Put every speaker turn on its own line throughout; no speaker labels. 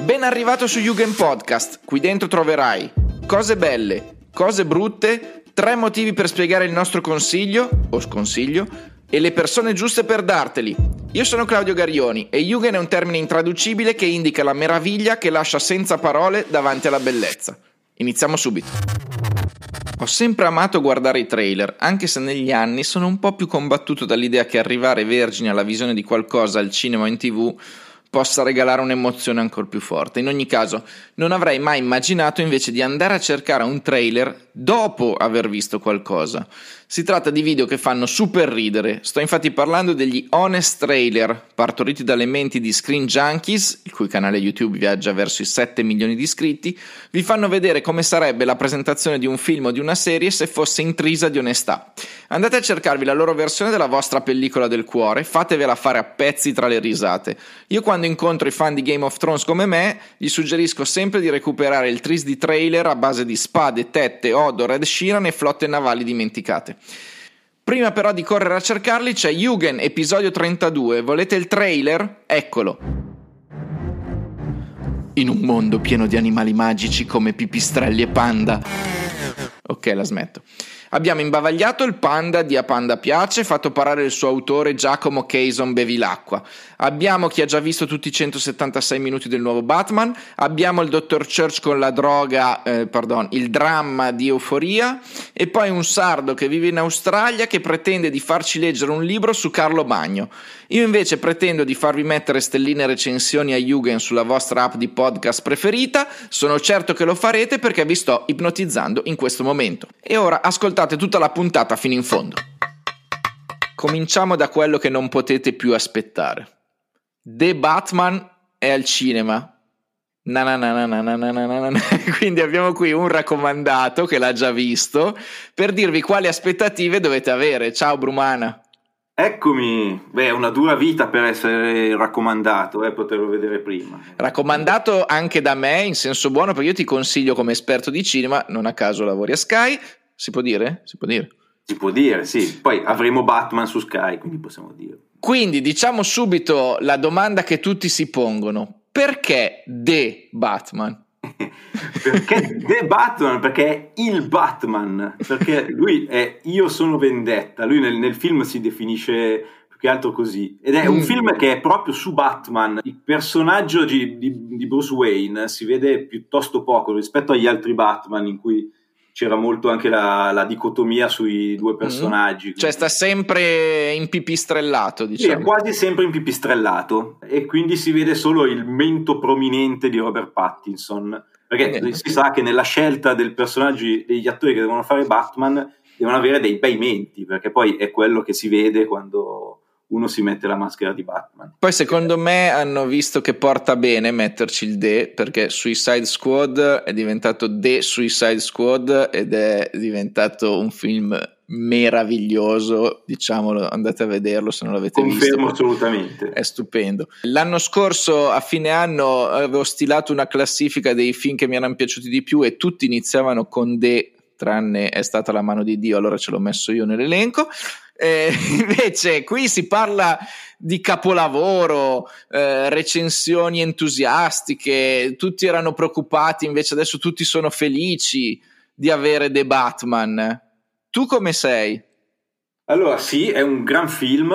Ben arrivato su Jugend Podcast. Qui dentro troverai cose belle, cose brutte, 3 motivi per spiegare il nostro consiglio o sconsiglio e le persone giuste per darteli. Io sono Claudio Garioni e Jugend è un termine intraducibile che indica la meraviglia che lascia senza parole davanti alla bellezza. Iniziamo subito. Ho sempre amato guardare i trailer, anche se negli anni sono un po' più combattuto dall'idea che arrivare vergini alla visione di qualcosa al cinema o in TV possa regalare un'emozione ancora più forte. In ogni caso, non avrei mai immaginato invece di andare a cercare un trailer dopo aver visto qualcosa. Si tratta di video che fanno super ridere. Sto infatti parlando degli honest trailer, partoriti dalle menti di Screen Junkies, il cui canale YouTube viaggia verso i 7 milioni di iscritti. Vi fanno vedere come sarebbe la presentazione di un film o di una serie se fosse intrisa di onestà. Andate a cercarvi la loro versione della vostra pellicola del cuore, fatevela fare a pezzi tra le risate. Io quando incontro i fan di Game of Thrones come me, gli suggerisco sempre di recuperare il tris di trailer a base di spade, tette, odor, Ed Sheeran e flotte navali dimenticate. Prima però di correre a cercarli c'è Jugend episodio 32. Volete il trailer? Eccolo. In un mondo pieno di animali magici come pipistrelli e panda. Ok, la smetto. Abbiamo imbavagliato il panda di A Panda Piace, fatto parlare il suo autore Giacomo Cason Bevilacqua. Abbiamo chi ha già visto tutti i 176 minuti del nuovo Batman. Abbiamo il Dr. Church con la droga, il dramma di Euforia. E poi un sardo che vive in Australia che pretende di farci leggere un libro su Carlo Magno. Io invece pretendo di farvi mettere stelline e recensioni a Jugend sulla vostra app di podcast preferita. Sono certo che lo farete perché vi sto ipnotizzando in questo momento. E ora ascoltate tutta la puntata fino in fondo. Cominciamo da quello che non potete più aspettare. The Batman è al cinema. Quindi abbiamo qui un raccomandato che l'ha già visto per dirvi quali aspettative dovete avere. Ciao Brumana.
Eccomi, è una dura vita per essere raccomandato, poterlo vedere prima.
Raccomandato anche da me in senso buono, perché io ti consiglio come esperto di cinema, non a caso lavori a Sky, si può dire? Si può dire.
Si può dire, sì, poi avremo Batman su Sky, quindi possiamo dire.
Quindi diciamo subito la domanda che tutti si pongono: perché The Batman?
Perché The Batman? Perché è il Batman, perché lui è Io sono vendetta, lui nel film si definisce più che altro così, ed è un film che è proprio su Batman. Il personaggio di Bruce Wayne si vede piuttosto poco rispetto agli altri Batman, in cui c'era molto anche la dicotomia sui due personaggi.
Cioè sta sempre impipistrellato, diciamo.
Sì, è quasi sempre impipistrellato, e quindi si vede solo il mento prominente di Robert Pattinson, perché si sa che nella scelta del personaggio, degli attori che devono fare Batman, devono avere dei bei menti, perché poi è quello che si vede quando uno si mette la maschera di Batman.
Poi secondo me hanno visto che porta bene metterci il The, perché Suicide Squad è diventato The Suicide Squad ed è diventato un film meraviglioso, diciamolo, andate a vederlo se non l'avete visto.
Confermo assolutamente.
È stupendo. L'anno scorso a fine anno avevo stilato una classifica dei film che mi erano piaciuti di più e tutti iniziavano con The, tranne È stata la mano di Dio, allora ce l'ho messo io nell'elenco. Invece qui si parla di capolavoro, recensioni entusiastiche, tutti erano preoccupati, invece adesso tutti sono felici di avere The Batman. Tu come sei?
Allora sì, è un gran film,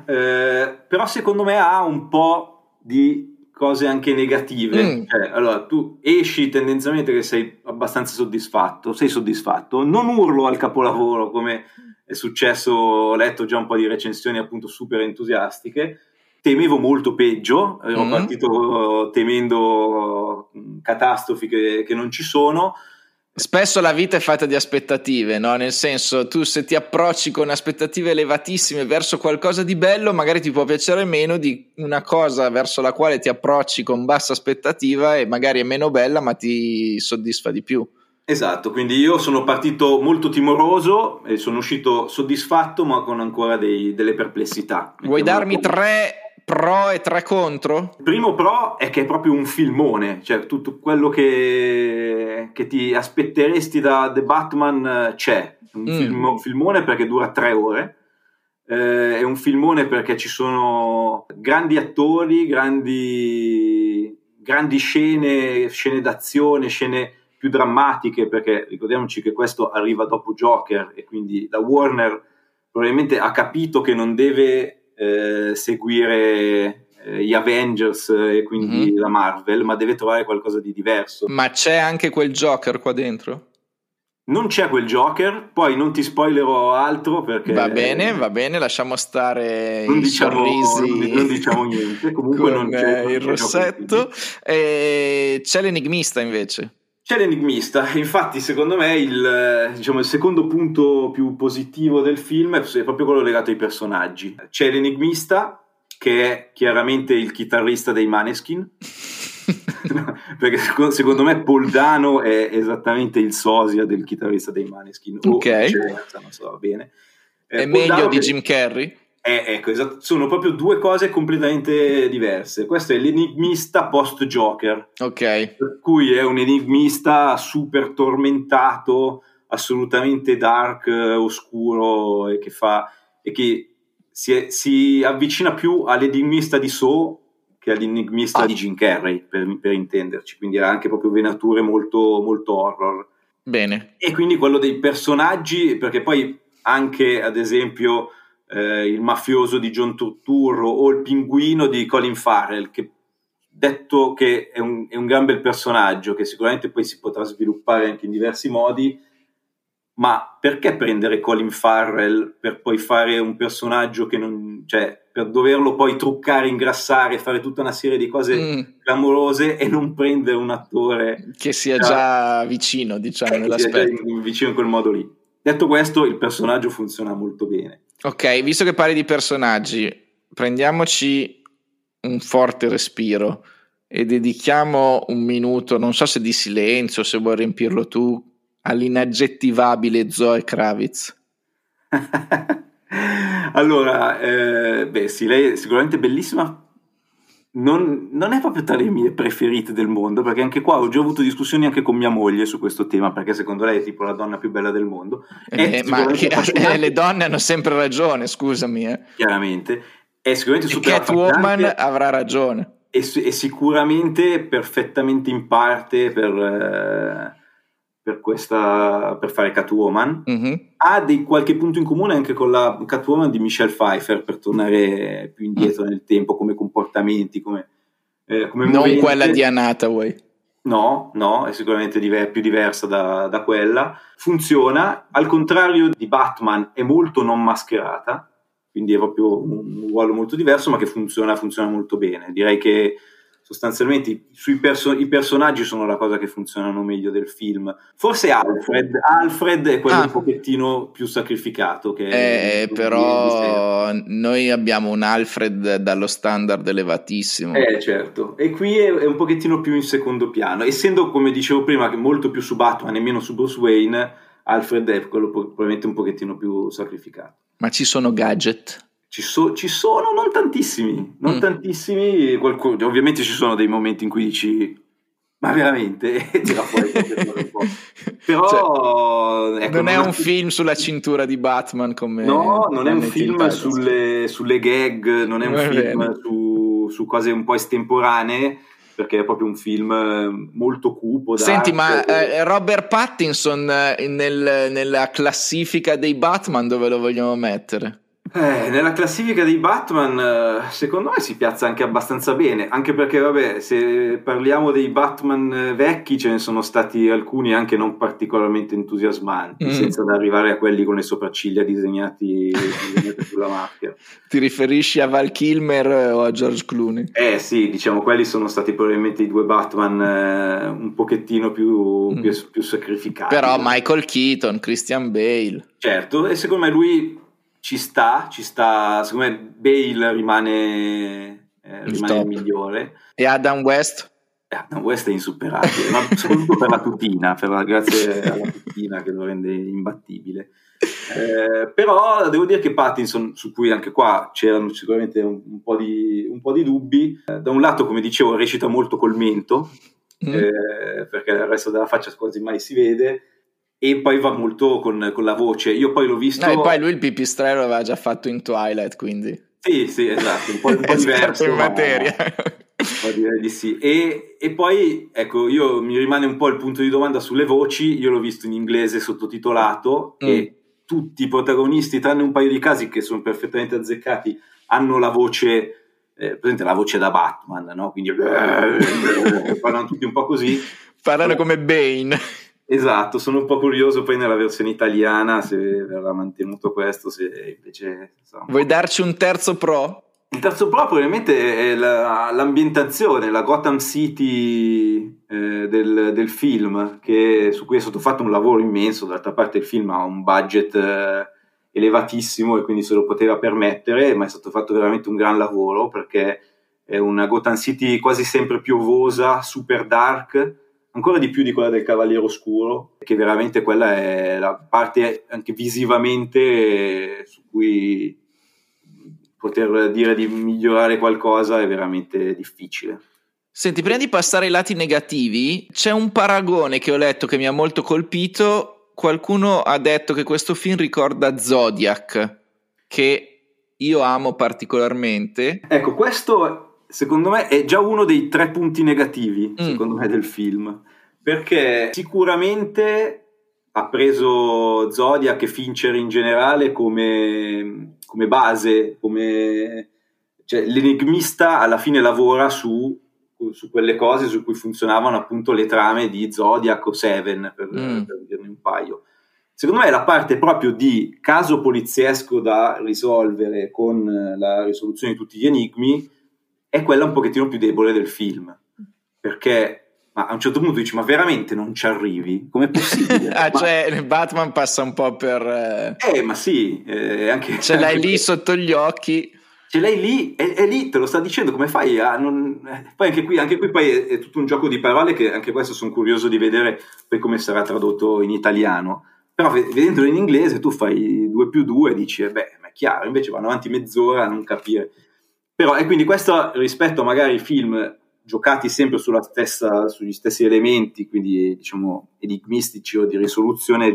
però secondo me ha un po' di cose anche negative. Allora tu esci tendenzialmente che sei abbastanza soddisfatto, non urlo al capolavoro come è successo, ho letto già un po' di recensioni appunto super entusiastiche, temevo molto peggio, ero partito temendo catastrofi che non ci sono.
Spesso la vita è fatta di aspettative, no? Nel senso, tu se ti approcci con aspettative elevatissime verso qualcosa di bello, magari ti può piacere meno di una cosa verso la quale ti approcci con bassa aspettativa e magari è meno bella ma ti soddisfa di più.
Esatto, quindi io sono partito molto timoroso e sono uscito soddisfatto ma con ancora delle perplessità.
Vuoi darmi 3 pro e 3 contro?
Il primo pro è che è proprio un filmone, cioè tutto quello che ti aspetteresti da The Batman c'è. Un filmone perché dura 3 ore, è un filmone perché ci sono grandi attori, grandi grandi scene d'azione, scene più drammatiche, perché ricordiamoci che questo arriva dopo Joker e quindi la Warner probabilmente ha capito che non deve seguire gli Avengers e quindi la Marvel, ma deve trovare qualcosa di diverso.
Ma c'è anche quel Joker qua dentro?
Non c'è quel Joker, poi non ti spoilerò altro perché...
Va bene, lasciamo stare
non
i
diciamo,
sorrisi
non diciamo niente, comunque
con
non c'è
il rossetto. E c'è l'enigmista invece.
C'è l'enigmista, infatti secondo me il secondo punto più positivo del film è proprio quello legato ai personaggi. C'è l'enigmista che è chiaramente il chitarrista dei Maneskin, perché secondo me Paul Dano è esattamente il sosia del chitarrista dei Maneskin,
ok,
non so, va bene.
È meglio di Jim Carrey?
Ecco, esatto, sono proprio due cose completamente diverse. Questo è l'enigmista post-Joker,
ok,
per cui è un enigmista super tormentato, assolutamente dark, oscuro, e che si avvicina più all'enigmista di Saw che all'enigmista di Jim Carrey, per intenderci, quindi ha anche proprio venature molto, molto horror.
Bene.
E quindi quello dei personaggi, perché poi anche ad esempio il mafioso di John Turturro o il pinguino di Colin Farrell, che detto che è un gran bel personaggio che sicuramente poi si potrà sviluppare anche in diversi modi, ma perché prendere Colin Farrell per poi fare un personaggio che non, cioè, per doverlo poi truccare, ingrassare, fare tutta una serie di cose clamorose e non prendere un attore
che sia già vicino, diciamo, nell'aspetto,
vicino in quel modo lì. Detto questo, il personaggio funziona molto bene.
Ok, visto che parli di personaggi, prendiamoci un forte respiro e dedichiamo un minuto, non so se di silenzio, se vuoi riempirlo tu, all'inaggettivabile Zoe Kravitz.
Allora, sì, lei è sicuramente bellissima. Non è proprio tra le mie preferite del mondo, perché anche qua ho già avuto discussioni anche con mia moglie su questo tema, perché secondo lei è tipo la donna più bella del mondo.
Ma le donne hanno sempre ragione, scusami. Chiaramente.
È sicuramente super
Catwoman avrà ragione.
E sicuramente perfettamente in parte per fare Catwoman. Ha qualche punto in comune anche con la Catwoman di Michelle Pfeiffer, per tornare più indietro nel tempo, come comportamenti, come
non
moventi.
Quella di Anne Hathaway.
No, è sicuramente più diversa da quella. Funziona, al contrario di Batman è molto non mascherata, quindi è proprio un ruolo molto diverso, ma che funziona molto bene. Direi che sostanzialmente i personaggi sono la cosa che funzionano meglio del film. Forse Alfred è quello un pochettino più sacrificato, che
però noi abbiamo un Alfred dallo standard elevatissimo.
Certo, e qui è un pochettino più in secondo piano, essendo, come dicevo prima, che molto più su Batman e meno su Bruce Wayne. Alfred è quello probabilmente un pochettino più sacrificato.
Ma ci sono gadget?
Ci sono, non tantissimi, ovviamente ci sono dei momenti in cui dici, ma veramente? Tira fuori un po'. Però ecco,
non è un film sulla cintura di Batman come...
No, non è un film sulle gag, non è un film su cose un po' estemporanee, perché è proprio un film molto cupo.
Senti, ma Robert Pattinson nella classifica dei Batman dove lo vogliamo mettere?
Nella classifica dei Batman secondo me si piazza anche abbastanza bene, anche perché vabbè, se parliamo dei Batman vecchi ce ne sono stati alcuni anche non particolarmente entusiasmanti, senza arrivare a quelli con le sopracciglia disegnate sulla macchia.
Ti riferisci a Val Kilmer o a George Clooney?
Sì, diciamo quelli sono stati probabilmente i due Batman un pochettino più sacrificati.
Però Michael Keaton, Christian Bale,
certo, e secondo me lui ci sta, secondo me Bale rimane il migliore.
E Adam West?
Adam West è insuperabile, ma soprattutto per la tutina, grazie alla tutina che lo rende imbattibile. Però devo dire che Pattinson, su cui anche qua c'erano sicuramente un po' di dubbi, da un lato, come dicevo, recita molto col mento, perché il resto della faccia quasi mai si vede, e poi va molto con la voce. Io poi l'ho visto...
e poi lui il pipistrello l'aveva già fatto in Twilight, quindi...
Sì, esatto, un po' diverso.
in materia.
Direi di sì. E poi, ecco, mi rimane un po' il punto di domanda sulle voci. Io l'ho visto in inglese sottotitolato e tutti i protagonisti, tranne un paio di casi che sono perfettamente azzeccati, hanno la voce, presente la voce da Batman, no? Quindi parlano tutti un po' così.
Parlano come Bane.
Esatto, sono un po' curioso poi nella versione italiana se verrà mantenuto questo, se invece...
Vuoi darci un terzo pro?
Il terzo pro probabilmente è l'ambientazione, la Gotham City del film, su cui è stato fatto un lavoro immenso. D'altra parte il film ha un budget elevatissimo e quindi se lo poteva permettere, ma è stato fatto veramente un gran lavoro, perché è una Gotham City quasi sempre piovosa, super dark, ancora di più di quella del Cavaliere Oscuro, che veramente quella è la parte anche visivamente su cui poter dire di migliorare qualcosa è veramente difficile.
Senti, prima di passare ai lati negativi, c'è un paragone che ho letto che mi ha molto colpito. Qualcuno ha detto che questo film ricorda Zodiac, che io amo particolarmente.
Ecco, questo secondo me è già uno dei 3 punti negativi, secondo me, del film, perché sicuramente ha preso Zodiac e Fincher in generale come base, cioè l'enigmista alla fine lavora su quelle cose su cui funzionavano appunto le trame di Zodiac o Seven, per dirne un paio. Secondo me la parte proprio di caso poliziesco da risolvere con la risoluzione di tutti gli enigmi è quella un pochettino più debole del film, perché a un certo punto dici, ma veramente non ci arrivi? Com'è possibile?
Cioè Batman passa un po' per...
ma sì, anche...
Ce l'hai lì sotto gli occhi.
Ce l'hai lì, è lì, te lo sta dicendo, come fai a non... Poi anche qui poi è tutto un gioco di parole che anche questo sono curioso di vedere poi come sarà tradotto in italiano. Però vedendolo in inglese tu fai 2 più 2 e dici, ma è chiaro, invece vanno avanti mezz'ora a non capire. Però, e quindi questo rispetto a magari film giocati sempre sugli stessi elementi, quindi diciamo enigmistici o di risoluzione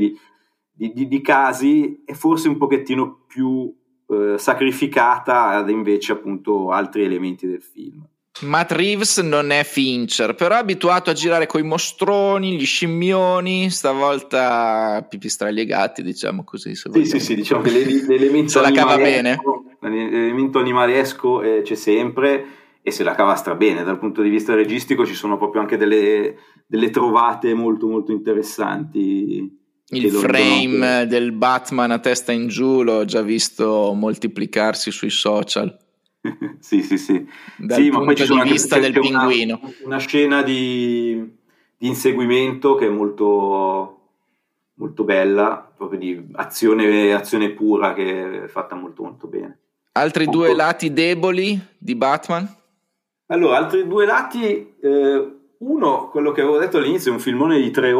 di casi, è forse un pochettino più sacrificata ad invece appunto altri elementi del film.
Matt Reeves non è Fincher, però è abituato a girare coi mostroni, gli scimmioni, stavolta pipistrelli e gatti, diciamo così.
Sì, diciamo che l'elemento
se la cava bene.
L'elemento animalesco c'è sempre e se la cava stra bene. Dal punto di vista registico ci sono proprio anche delle trovate molto molto interessanti.
Il frame del Batman a testa in giù l'ho già visto moltiplicarsi sui social.
Sì.
Dal punto
ma poi ci sono
di vista del pinguino.
Una scena di inseguimento che è molto, molto bella, proprio di azione pura, che è fatta molto molto bene.
Altri 2 lati deboli di Batman?
Allora, altri 2 lati... uno, quello che avevo detto all'inizio, è un filmone di 3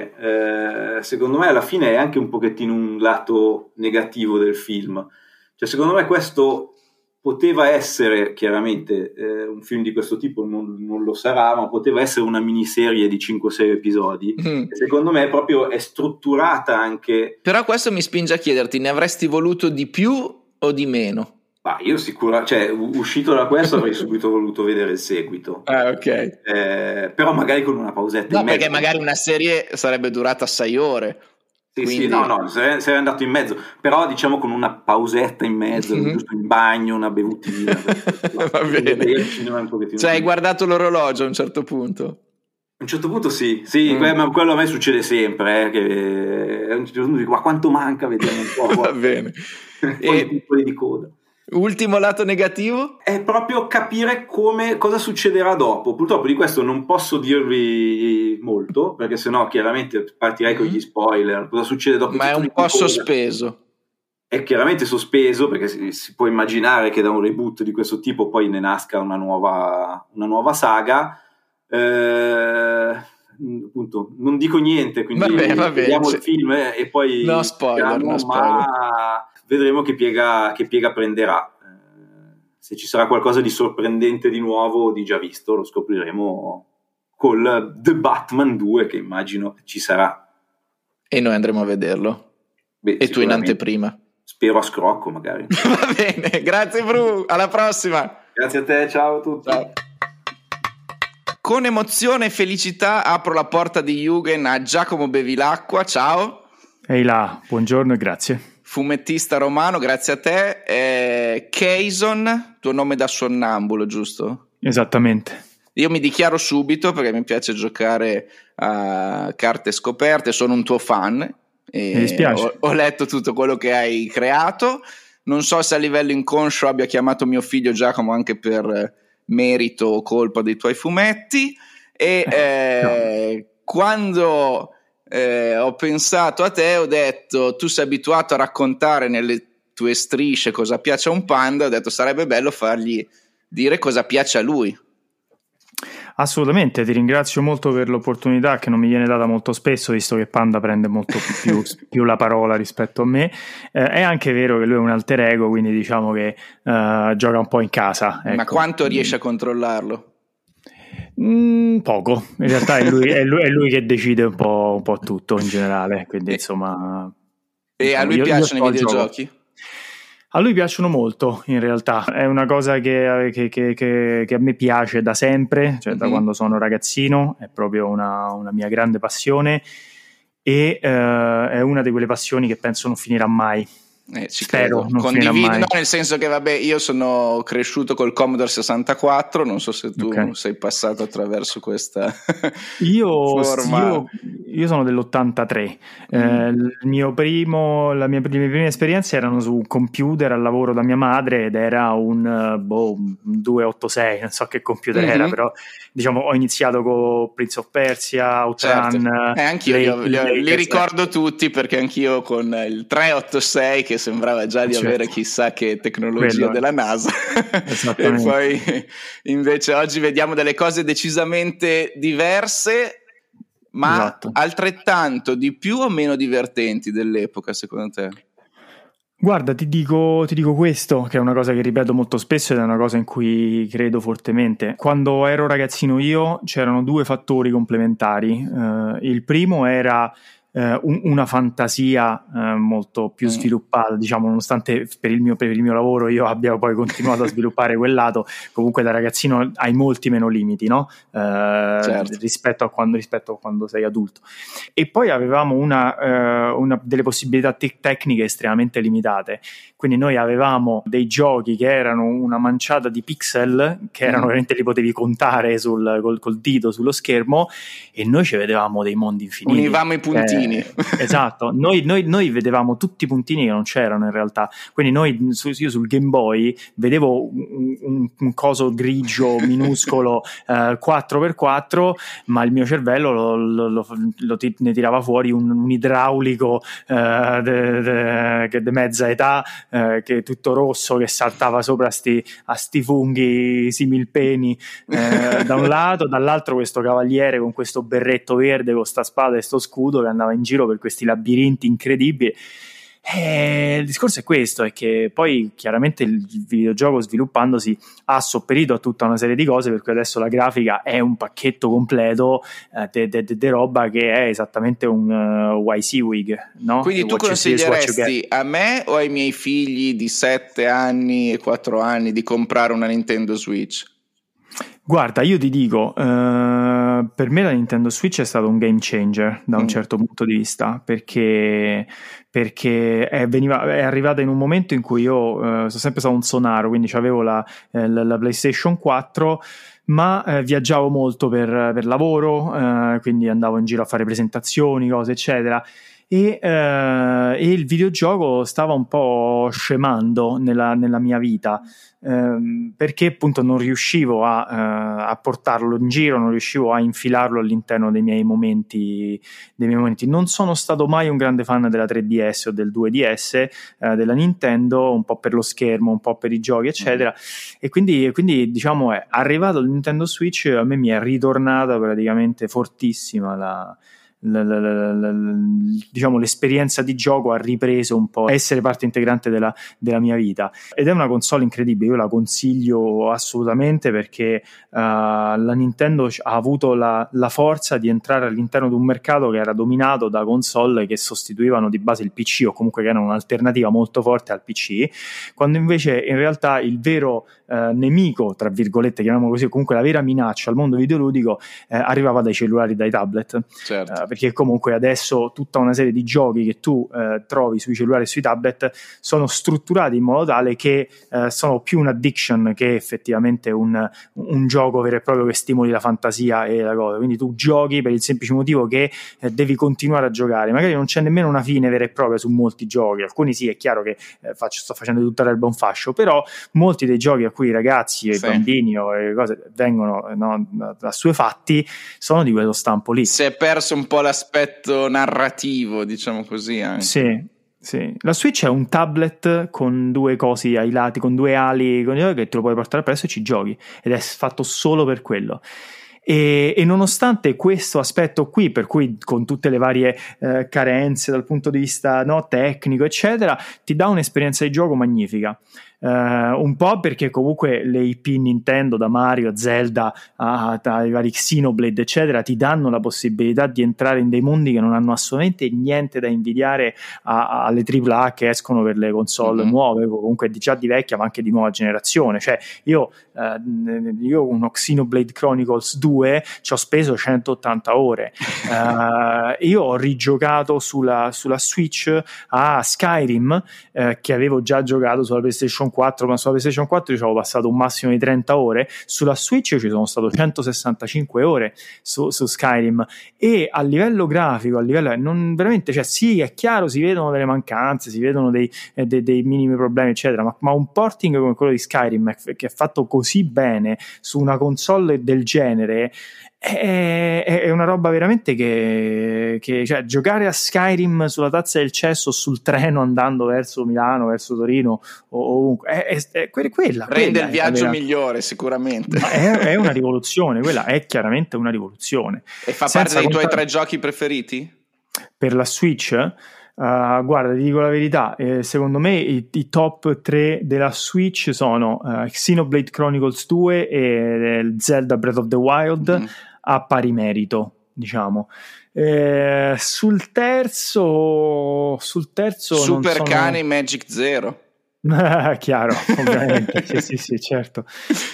ore, secondo me alla fine è anche un pochettino un lato negativo del film. Cioè, secondo me questo poteva essere, chiaramente, un film di questo tipo non lo sarà, ma poteva essere una miniserie di 5-6 episodi. E secondo me proprio è strutturata anche...
Però questo mi spinge a chiederti, ne avresti voluto di più o di meno?
Io cioè uscito da questo avrei subito voluto vedere il seguito.
Ok.
Però magari con una pausetta in mezzo.
Perché magari una serie sarebbe durata 6 ore.
Sì, no, sarei andato in mezzo, però diciamo con una pausetta in mezzo, giusto in bagno, una bevutina.
Va bene. Cioè hai guardato l'orologio a un certo punto?
A un certo punto sì, ma quello a me succede sempre, che a un certo punto dico, ma quanto manca, vediamo un po'.
Va bene.
Poi piccoli di coda.
Ultimo lato negativo?
È proprio capire cosa succederà dopo. Purtroppo di questo non posso dirvi molto, perché sennò chiaramente partirei con gli spoiler. Cosa succede dopo?
Ma è un po' sospeso.
È chiaramente sospeso, perché si può immaginare che da un reboot di questo tipo poi ne nasca una nuova saga. Appunto, non dico niente, quindi vediamo il film e poi
no spoiler.
Ma vedremo che piega prenderà. Se ci sarà qualcosa di sorprendente di nuovo o di già visto, lo scopriremo col The Batman 2, che immagino ci sarà.
E noi andremo a vederlo. E tu in anteprima.
Spero a scrocco, magari.
Va bene, grazie Bru, alla prossima.
Grazie a te, ciao a tutti.
Ciao. Con emozione e felicità apro la porta di Jugend a Giacomo Bevilacqua, ciao.
Ehi là, buongiorno e grazie.
Fumettista romano, grazie a te. Keyson, tuo nome da sonnambulo, giusto?
Esattamente.
Io mi dichiaro subito perché mi piace giocare a carte scoperte, sono un tuo fan.
Mi dispiace.
Ho letto tutto quello che hai creato. Non so se a livello inconscio abbia chiamato mio figlio Giacomo anche per merito o colpa dei tuoi fumetti. E quando ho pensato a te, ho detto: tu sei abituato a raccontare nelle tue strisce cosa piace a un panda, ho detto sarebbe bello fargli dire cosa piace a lui.
Assolutamente, ti ringrazio molto per l'opportunità che non mi viene data molto spesso, visto che Panda prende molto più la parola rispetto a me. È anche vero che lui è un alter ego, quindi diciamo che gioca un po' in casa. Ecco.
Ma quanto riesce a controllarlo?
Poco, in realtà è lui che decide un po' tutto in generale, quindi insomma.
E a lui piacciono i videogiochi?
A lui piacciono molto, in realtà, è una cosa che a me piace da sempre, cioè da quando sono ragazzino, è proprio una mia grande passione e è una di quelle passioni che penso non finirà mai.
Spero non condivido, no, nel senso che vabbè, io sono cresciuto col Commodore 64, non so se tu sei passato attraverso questa forma.
Io sono dell'83. Le mie prime esperienze erano su un computer al lavoro da mia madre ed era un 286, non so che computer era, però diciamo ho iniziato con Prince of Persia, Outrun.
Certo. Anch'io li ricordo tutti, perché anch'io con il 386 che sembrava già di avere chissà che tecnologia della NASA. E poi invece oggi vediamo delle cose decisamente diverse, ma altrettanto di più o meno divertenti dell'epoca, secondo te?
Guarda, ti dico questo, che è una cosa che ripeto molto spesso ed è una cosa in cui credo fortemente. Quando ero ragazzino io c'erano due fattori complementari. Il primo era una fantasia molto più sviluppata, diciamo, nonostante per il mio lavoro io abbia poi continuato a sviluppare quel lato, comunque da ragazzino hai molti meno limiti, no? Rispetto a quando sei adulto. E poi avevamo una delle possibilità tecniche estremamente limitate, quindi noi avevamo dei giochi che erano una manciata di pixel, che erano veramente, li potevi contare col dito sullo schermo, e noi ci vedevamo dei mondi infiniti.
Univamo i puntini.
Esatto, noi vedevamo tutti i puntini che non c'erano in realtà, quindi io sul Game Boy vedevo un coso grigio minuscolo 4x4, ma il mio cervello ne tirava fuori un idraulico che di mezza età, che è tutto rosso, che saltava sopra a sti funghi similpeni da un lato, dall'altro questo cavaliere con questo berretto verde con sta spada e sto scudo che andava in giro per questi labirinti incredibili. Il discorso è questo, è che poi chiaramente il videogioco, sviluppandosi, ha sopperito a tutta una serie di cose, per cui adesso la grafica è un pacchetto completo de roba che è esattamente un YC-Wig, no?
Quindi tu consiglieresti a me o ai miei figli di 7 anni e 4 anni di comprare una Nintendo Switch?
Guarda, io ti dico, per me la Nintendo Switch è stato un game changer da un certo punto di vista, perché è arrivata in un momento in cui io sono sempre stato un sonaro, quindi avevo la PlayStation 4, ma viaggiavo molto per lavoro, quindi andavo in giro a fare presentazioni, cose eccetera. E il videogioco stava un po' scemando nella mia vita, perché appunto non riuscivo a portarlo in giro, non riuscivo a infilarlo all'interno dei miei momenti. Non sono stato mai un grande fan della 3DS o del 2DS, della Nintendo, un po' per lo schermo, un po' per i giochi eccetera, e quindi diciamo arrivato il Nintendo Switch, a me mi è ritornata praticamente fortissima diciamo l'esperienza di gioco ha ripreso un po' a essere parte integrante della mia vita, ed è una console incredibile. Io la consiglio assolutamente, perché la Nintendo ha avuto la forza di entrare all'interno di un mercato che era dominato da console che sostituivano di base il PC, o comunque che erano un'alternativa molto forte al PC, quando invece in realtà il vero nemico, tra virgolette, chiamiamolo così, o comunque la vera minaccia al mondo videoludico arrivava dai cellulari, dai tablet.
Certo.
Perché comunque adesso tutta una serie di giochi che tu trovi sui cellulari e sui tablet sono strutturati in modo tale che sono più un addiction che effettivamente un gioco vero e proprio che stimoli la fantasia e la cosa. Quindi tu giochi per il semplice motivo che devi continuare a giocare. Magari non c'è nemmeno una fine vera e propria su molti giochi. Alcuni sì, è chiaro che sto facendo tutta l'erba un fascio, però molti dei giochi a cui i ragazzi e i bambini o le cose vengono assuefatti sono di quello stampo lì.
Si è perso un po' l'aspetto narrativo, diciamo così, anche.
Sì. La Switch è un tablet con due cosi ai lati, con due ali che te lo puoi portare appresso e ci giochi, ed è fatto solo per quello. E nonostante questo aspetto qui, per cui con tutte le varie carenze dal punto di vista tecnico eccetera, ti dà un'esperienza di gioco magnifica. Un po' perché comunque le IP Nintendo, da Mario a Zelda ai vari Xenoblade eccetera, ti danno la possibilità di entrare in dei mondi che non hanno assolutamente niente da invidiare alle AAA che escono per le console nuove, comunque già di vecchia ma anche di nuova generazione. Cioè io uno Xenoblade Chronicles 2 ci ho speso 180 ore. Io ho rigiocato sulla Switch a Skyrim, che avevo già giocato sulla PlayStation 4, ma sulla PlayStation 4 ci avevo passato un massimo di 30 ore. Sulla Switch ci sono stato 165 ore su Skyrim, e a livello grafico, non veramente, cioè sì, è chiaro, si vedono delle mancanze, si vedono dei minimi problemi eccetera, ma un porting come quello di Skyrim che è fatto così bene su una console del genere è una roba veramente che cioè, giocare a Skyrim sulla tazza del cesso, sul treno andando verso Milano, verso Torino o ovunque, è quella
rende il viaggio migliore sicuramente.
È una rivoluzione, quella è chiaramente una rivoluzione.
E fa parte dei tuoi 3 giochi preferiti?
Per la Switch? Guarda, ti dico la verità, secondo me i top 3 della Switch sono Xenoblade Chronicles 2 e Zelda Breath of the Wild, a pari merito, diciamo. Sul terzo
Super Cane Magic Zero.
Chiaro, ovviamente. sì, certo.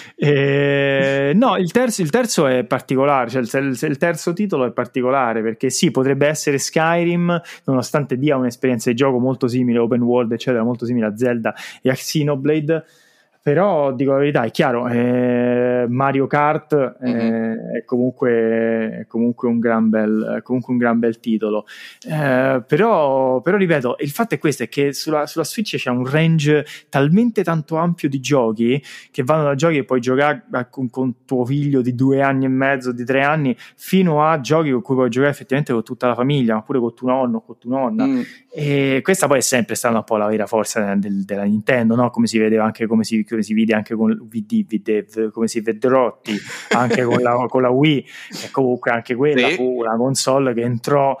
No, il terzo è particolare, cioè il terzo titolo è particolare perché sì, potrebbe essere Skyrim, nonostante dia un'esperienza di gioco molto simile, open world eccetera, molto simile a Zelda e a Xenoblade, però dico la verità, è chiaro, Mario Kart è comunque un gran bel titolo, però ripeto, il fatto è questo, è che sulla Switch c'è un range talmente tanto ampio di giochi che vanno da giochi che puoi giocare con tuo figlio di 2 anni e mezzo, di 3 anni, fino a giochi con cui puoi giocare effettivamente con tutta la famiglia, ma pure con tuo nonno o con tua nonna. E questa poi è sempre stata un po' la vera forza della Nintendo, no? Come si vedeva anche, come si vede anche con come si vedrotti anche con la Wii, e comunque anche quella fu una console che entrò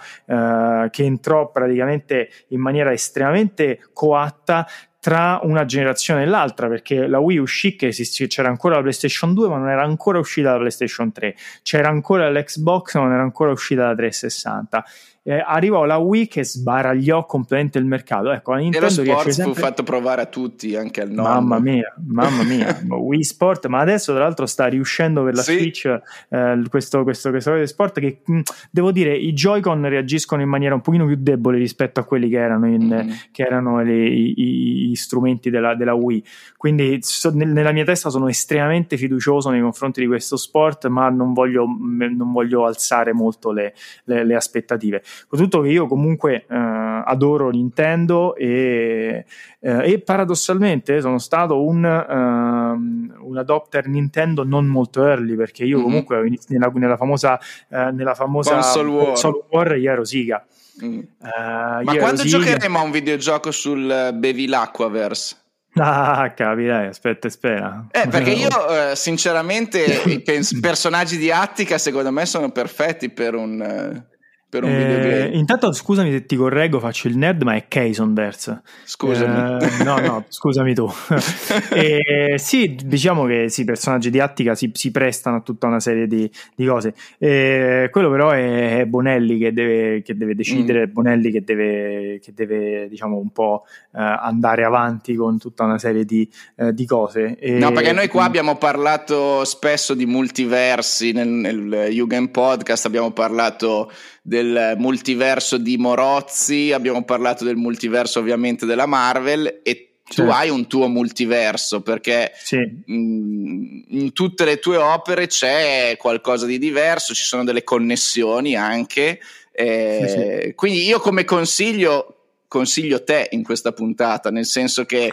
praticamente in maniera estremamente coatta tra una generazione e l'altra, perché la Wii uscì che c'era ancora la PlayStation 2 ma non era ancora uscita la PlayStation 3, c'era ancora l'Xbox ma non era ancora uscita la 360. Arrivò la Wii che sbaragliò completamente il mercato. Ecco, la Nintendo
e lo sport
sempre...
fu fatto provare a tutti, anche al nonno.
Mamma mia Wii Sport, ma adesso tra l'altro sta riuscendo per la Switch questo sport che devo dire, i Joy-Con reagiscono in maniera un pochino più debole rispetto a quelli che erano gli strumenti della Wii, quindi nella mia testa sono estremamente fiducioso nei confronti di questo sport, ma non voglio alzare molto le aspettative. Soprattutto che io comunque adoro Nintendo e paradossalmente sono stato un adopter Nintendo non molto early, perché io comunque nella famosa
console
war io ero Siga.
Ma quando giocheremo a un videogioco sul Bevilacquaverse?
Capita, aspetta e spera.
Perché io sinceramente i personaggi di Attica secondo me sono perfetti per un per un videogame.
Intanto scusami se ti correggo, faccio il nerd, ma è Casonverse.
Scusami.
No, scusami tu. Sì, diciamo che sì, personaggi di Attica si prestano a tutta una serie di cose. Quello però è Bonelli che deve decidere, Bonelli che deve diciamo un po' andare avanti con tutta una serie di cose.
No, perché noi qua abbiamo parlato spesso di multiversi nel Jugend Podcast, abbiamo parlato del multiverso di Morozzi, abbiamo parlato del multiverso ovviamente della Marvel, e tu hai un tuo multiverso, perché in tutte le tue opere c'è qualcosa di diverso, ci sono delle connessioni anche, quindi io come consiglio te in questa puntata, nel senso che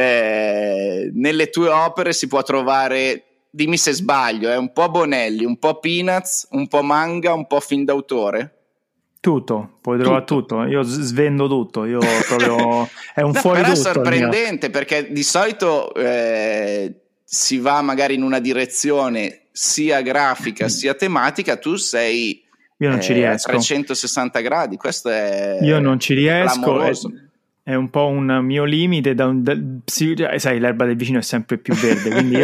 nelle tue opere si può trovare, dimmi se sbaglio, un po' Bonelli, un po' Peanuts, un po' manga, un po' film d'autore.
Tutto, puoi trovare tutto. Io svendo tutto, io proprio è un fuori
però
tutto.
È sorprendente perché di solito si va magari in una direzione sia grafica sia tematica, tu sei
io non ci riesco.
A 360 gradi, questo è
io non ci riesco,
clamoroso.
È un po' un mio limite, sai, l'erba del vicino è sempre più verde, quindi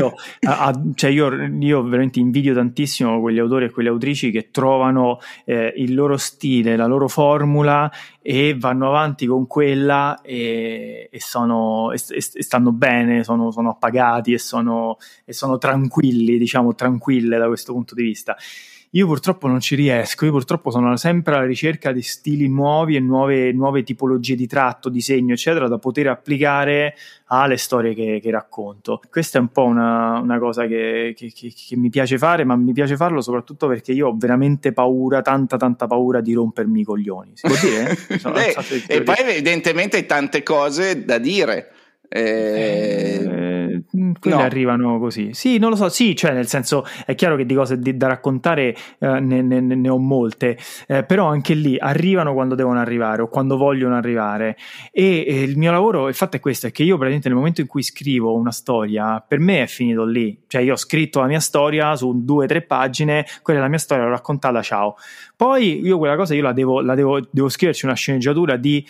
io veramente invidio tantissimo quegli autori e quelle autrici che trovano il loro stile, la loro formula e vanno avanti con quella e stanno bene, sono appagati e sono tranquilli, diciamo tranquille da questo punto di vista. Io purtroppo non ci riesco, io purtroppo sono sempre alla ricerca di stili nuovi e nuove tipologie di tratto, disegno, eccetera, da poter applicare alle storie che racconto. Questa è un po' una cosa che mi piace fare, ma mi piace farlo soprattutto perché io ho veramente paura, tanta paura di rompermi i coglioni. Si può dire?
E poi evidentemente hai tante cose da dire.
Quelle arrivano così, sì, non lo so, sì, cioè nel senso è chiaro che di cose da raccontare ne ho molte, però anche lì arrivano quando devono arrivare o quando vogliono arrivare e il mio lavoro, il fatto è questo, è che io praticamente nel momento in cui scrivo una storia, per me è finito lì, cioè io ho scritto la mia storia su 2 o 3 pagine, quella è la mia storia, l'ho raccontata, ciao. Poi io quella cosa devo scriverci una sceneggiatura di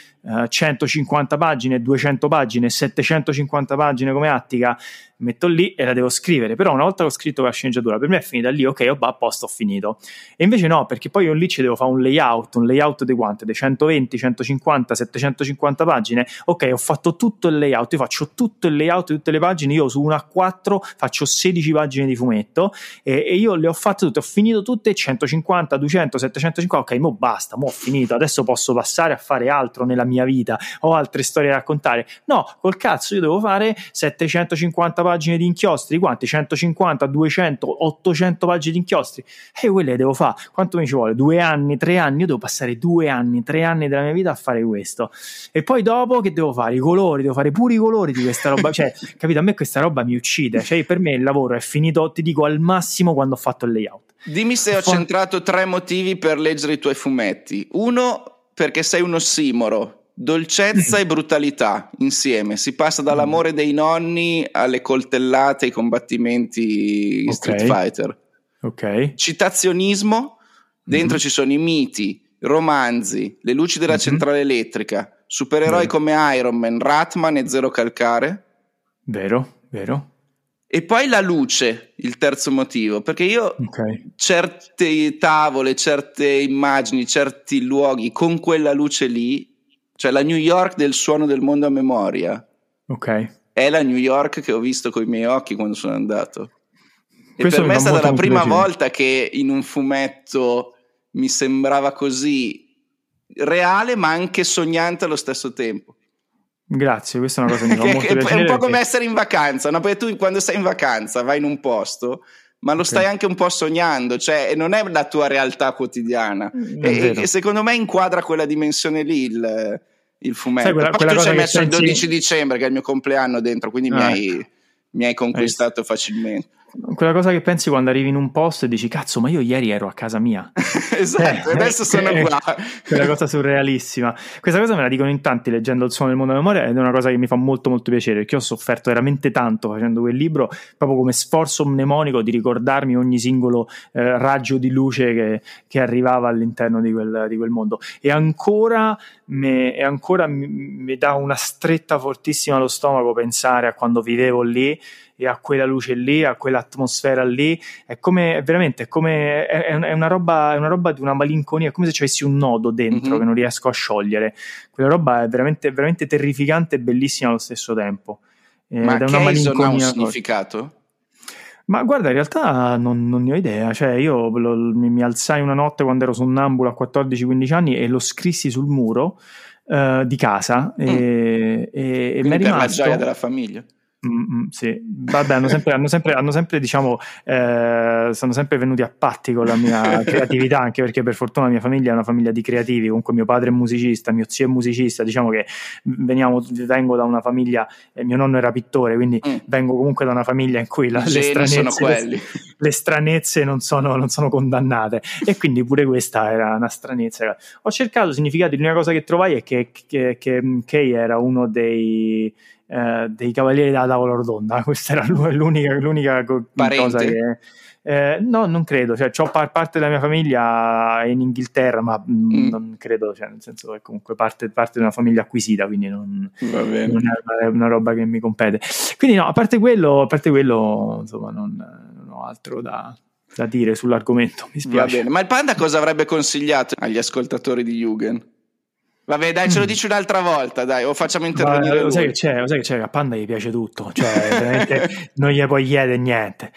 150 pagine, 200 pagine, 750 pagine come Attica, metto lì e la devo scrivere, però una volta che ho scritto la sceneggiatura per me è finita lì, ok, a posto, ho finito. E invece no, perché poi io lì ci devo fare un layout di quante? Dei 120, 150, 750 pagine, ok, ho fatto tutto il layout, io faccio tutto il layout di tutte le pagine, io su una A4 faccio 16 pagine di fumetto e io le ho fatte tutte, ho finito tutte, 150, 200, 750, ok, mo basta, mo ho finito, adesso posso passare a fare altro nella mia vita, ho altre storie da raccontare. No, col cazzo, io devo fare 750 pagine di inchiostri, quanti? 150, 200, 800 pagine di inchiostri, e quelle le devo fare. Quanto mi ci vuole? 2 anni, 3 anni? Io devo passare 2 anni, 3 anni della mia vita a fare questo, e poi dopo che devo fare? I colori, devo fare pure i colori di questa roba, cioè, capito? A me questa roba mi uccide, cioè per me il lavoro è finito, ti dico, al massimo quando ho fatto il layout.
Dimmi se ho centrato 3 motivi per leggere i tuoi fumetti. 1, perché sei un ossimoro, dolcezza e brutalità insieme, si passa dall'amore dei nonni alle coltellate, ai combattimenti Street Fighter.
Ok.
Citazionismo, dentro ci sono i miti, romanzi, le luci della centrale elettrica, supereroi come Iron Man, Ratman e Zero Calcare.
Vero.
E poi la luce, il terzo motivo, perché io certe tavole, certe immagini, certi luoghi con quella luce lì, cioè la New York del Suono del Mondo a memoria, è la New York che ho visto con i miei occhi quando sono andato. E per me è stata la prima volta che in un fumetto mi sembrava così reale ma anche sognante allo stesso tempo.
Grazie, questa è una cosa che mi fa molto piacere.
È un po' come essere in vacanza, no? Perché tu quando sei in vacanza vai in un posto, ma lo stai anche un po' sognando, cioè non è la tua realtà quodiana, e secondo me inquadra quella dimensione lì il fumetto. Poi tu ci hai messo il 12 dicembre che è il mio compleanno dentro, quindi mi hai conquistato facilmente.
quella cosa che pensi quando arrivi in un posto e dici cazzo, ma io ieri ero a casa mia.
Esatto, adesso sono qua.
Quella cosa surrealissima. Questa cosa me la dicono in tanti leggendo Il suono del mondo della memoria, ed è una cosa che mi fa molto molto piacere, perché ho sofferto veramente tanto facendo quel libro, proprio come sforzo mnemonico di ricordarmi ogni singolo raggio di luce che arrivava all'interno di quel mondo, e ancora mi dà una stretta fortissima allo stomaco pensare a quando vivevo lì e a quella luce lì, a quell'atmosfera lì. È una roba di una malinconia, è come se ci avessi un nodo dentro che non riesco a sciogliere. Quella roba è veramente, veramente terrificante e bellissima allo stesso tempo.
Ma
è
Keyson ha un significato?
Ma guarda, in realtà non ne ho idea. Cioè, io mi alzai una notte quando ero sonnambulo a 14-15 anni e lo scrissi sul muro di casa e mi è rimasto.
Per la gioia della famiglia.
Sì, vabbè, hanno sempre diciamo sono sempre venuti a patti con la mia creatività, anche perché per fortuna la mia famiglia è una famiglia di creativi. Comunque mio padre è musicista, mio zio è musicista, diciamo che vengo da una famiglia, mio nonno era pittore, quindi vengo comunque da una famiglia in cui le stranezze non sono condannate, e quindi pure questa era una stranezza. Ho cercato significati, l'unica cosa che trovai è che Kay era uno dei Cavalieri della Tavola Rotonda. Questa era l'unica cosa che no, non credo, cioè c'ho parte della mia famiglia in Inghilterra, ma non credo, cioè nel senso che comunque parte di una famiglia acquisita, quindi non è una roba che mi compete. Quindi no, a parte quello insomma non ho altro da dire sull'argomento, mi spiace.
Va bene, ma il Panda cosa avrebbe consigliato agli ascoltatori di Jugend? Vabbè, dai, ce lo dici un'altra volta, dai, o facciamo intervenire lui.
Lo sai che c'è, a Panda gli piace tutto, cioè veramente non gli puoi chiedere niente,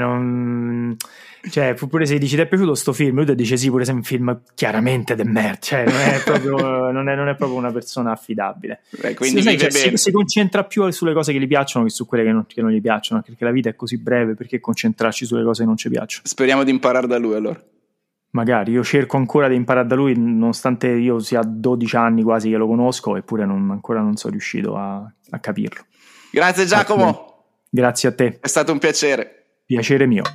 cioè pure se dici ti è piaciuto sto film, lui ti dice sì, pure se è un film chiaramente de merda, cioè non è proprio una persona affidabile.
Quindi
si concentra più sulle cose che gli piacciono che su quelle che non gli piacciono, perché la vita è così breve, perché concentrarci sulle cose che non ci piacciono.
Speriamo di imparare da lui, allora.
Magari, io cerco ancora di imparare da lui, nonostante io sia 12 anni quasi che lo conosco, eppure ancora non sono riuscito a capirlo.
Grazie Giacomo.
Grazie a te.
È stato un piacere.
Piacere mio.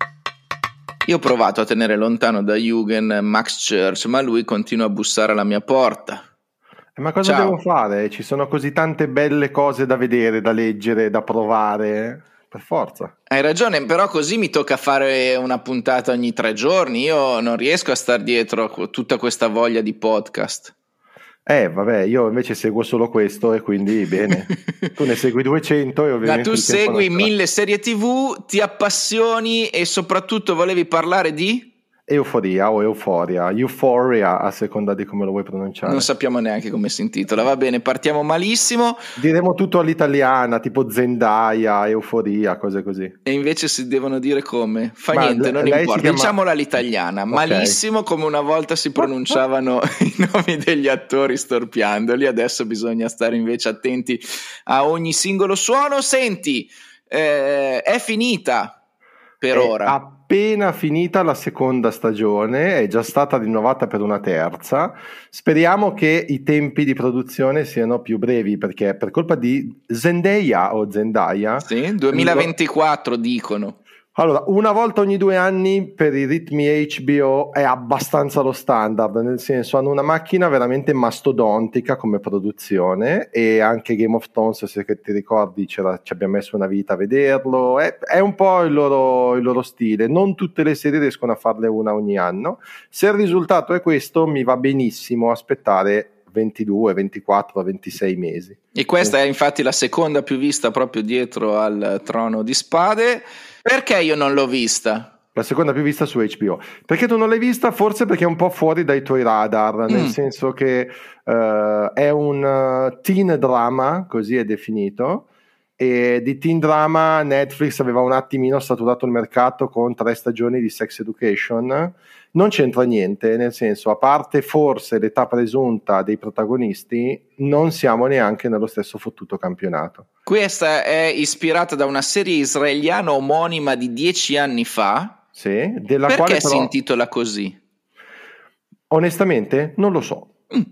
Io ho provato a tenere lontano da Jugend Max Church, ma lui continua a bussare alla mia porta.
Ma cosa devo fare? Ci sono così tante belle cose da vedere, da leggere, da provare. Per forza.
Hai ragione, però così mi tocca fare una puntata ogni 3 giorni. Io non riesco a star dietro a tutta questa voglia di podcast.
Vabbè, io invece seguo solo questo e quindi bene. Tu ne segui 200 e ovviamente.
Ma tu segui 1000 serie TV, ti appassioni e soprattutto volevi parlare di?
Euforia o Euphoria, a seconda di come lo vuoi pronunciare.
Non sappiamo neanche come si intitola. Va bene, partiamo malissimo.
Diremo tutto all'italiana, tipo Zendaya, Euforia, cose così.
E invece si devono dire come? Niente, non importa. Diciamola all'italiana. Okay. Malissimo, come una volta si pronunciavano i nomi degli attori storpiandoli. Adesso bisogna stare invece attenti a ogni singolo suono. Senti, è finita per ora.
Appena finita la seconda stagione, è già stata rinnovata per una terza. Speriamo che i tempi di produzione siano più brevi, perché per colpa di Zendaya,
sì, 2024 dicono.
Allora, una volta ogni 2 anni per i ritmi HBO è abbastanza lo standard, nel senso hanno una macchina veramente mastodontica come produzione, e anche Game of Thrones, se ti ricordi, ci abbiamo messo una vita a vederlo, è un po' il loro stile. Non tutte le serie riescono a farle una ogni anno. Se il risultato è questo, mi va benissimo aspettare 22, 24, 26 mesi.
E questa è infatti la seconda più vista proprio dietro al Trono di Spade. Perché io non l'ho vista?
La seconda più vista su HBO. Perché tu non l'hai vista? Forse perché è un po' fuori dai tuoi radar, nel senso che è un teen drama, così è definito, e di teen drama Netflix aveva un attimino saturato il mercato con 3 stagioni di Sex Education. Non c'entra niente, nel senso, a parte forse l'età presunta dei protagonisti, non siamo neanche nello stesso fottuto campionato.
Questa è ispirata da una serie israeliana omonima di 10 anni fa.
Sì, della
perché
quale però,
si intitola così?
Onestamente non lo so.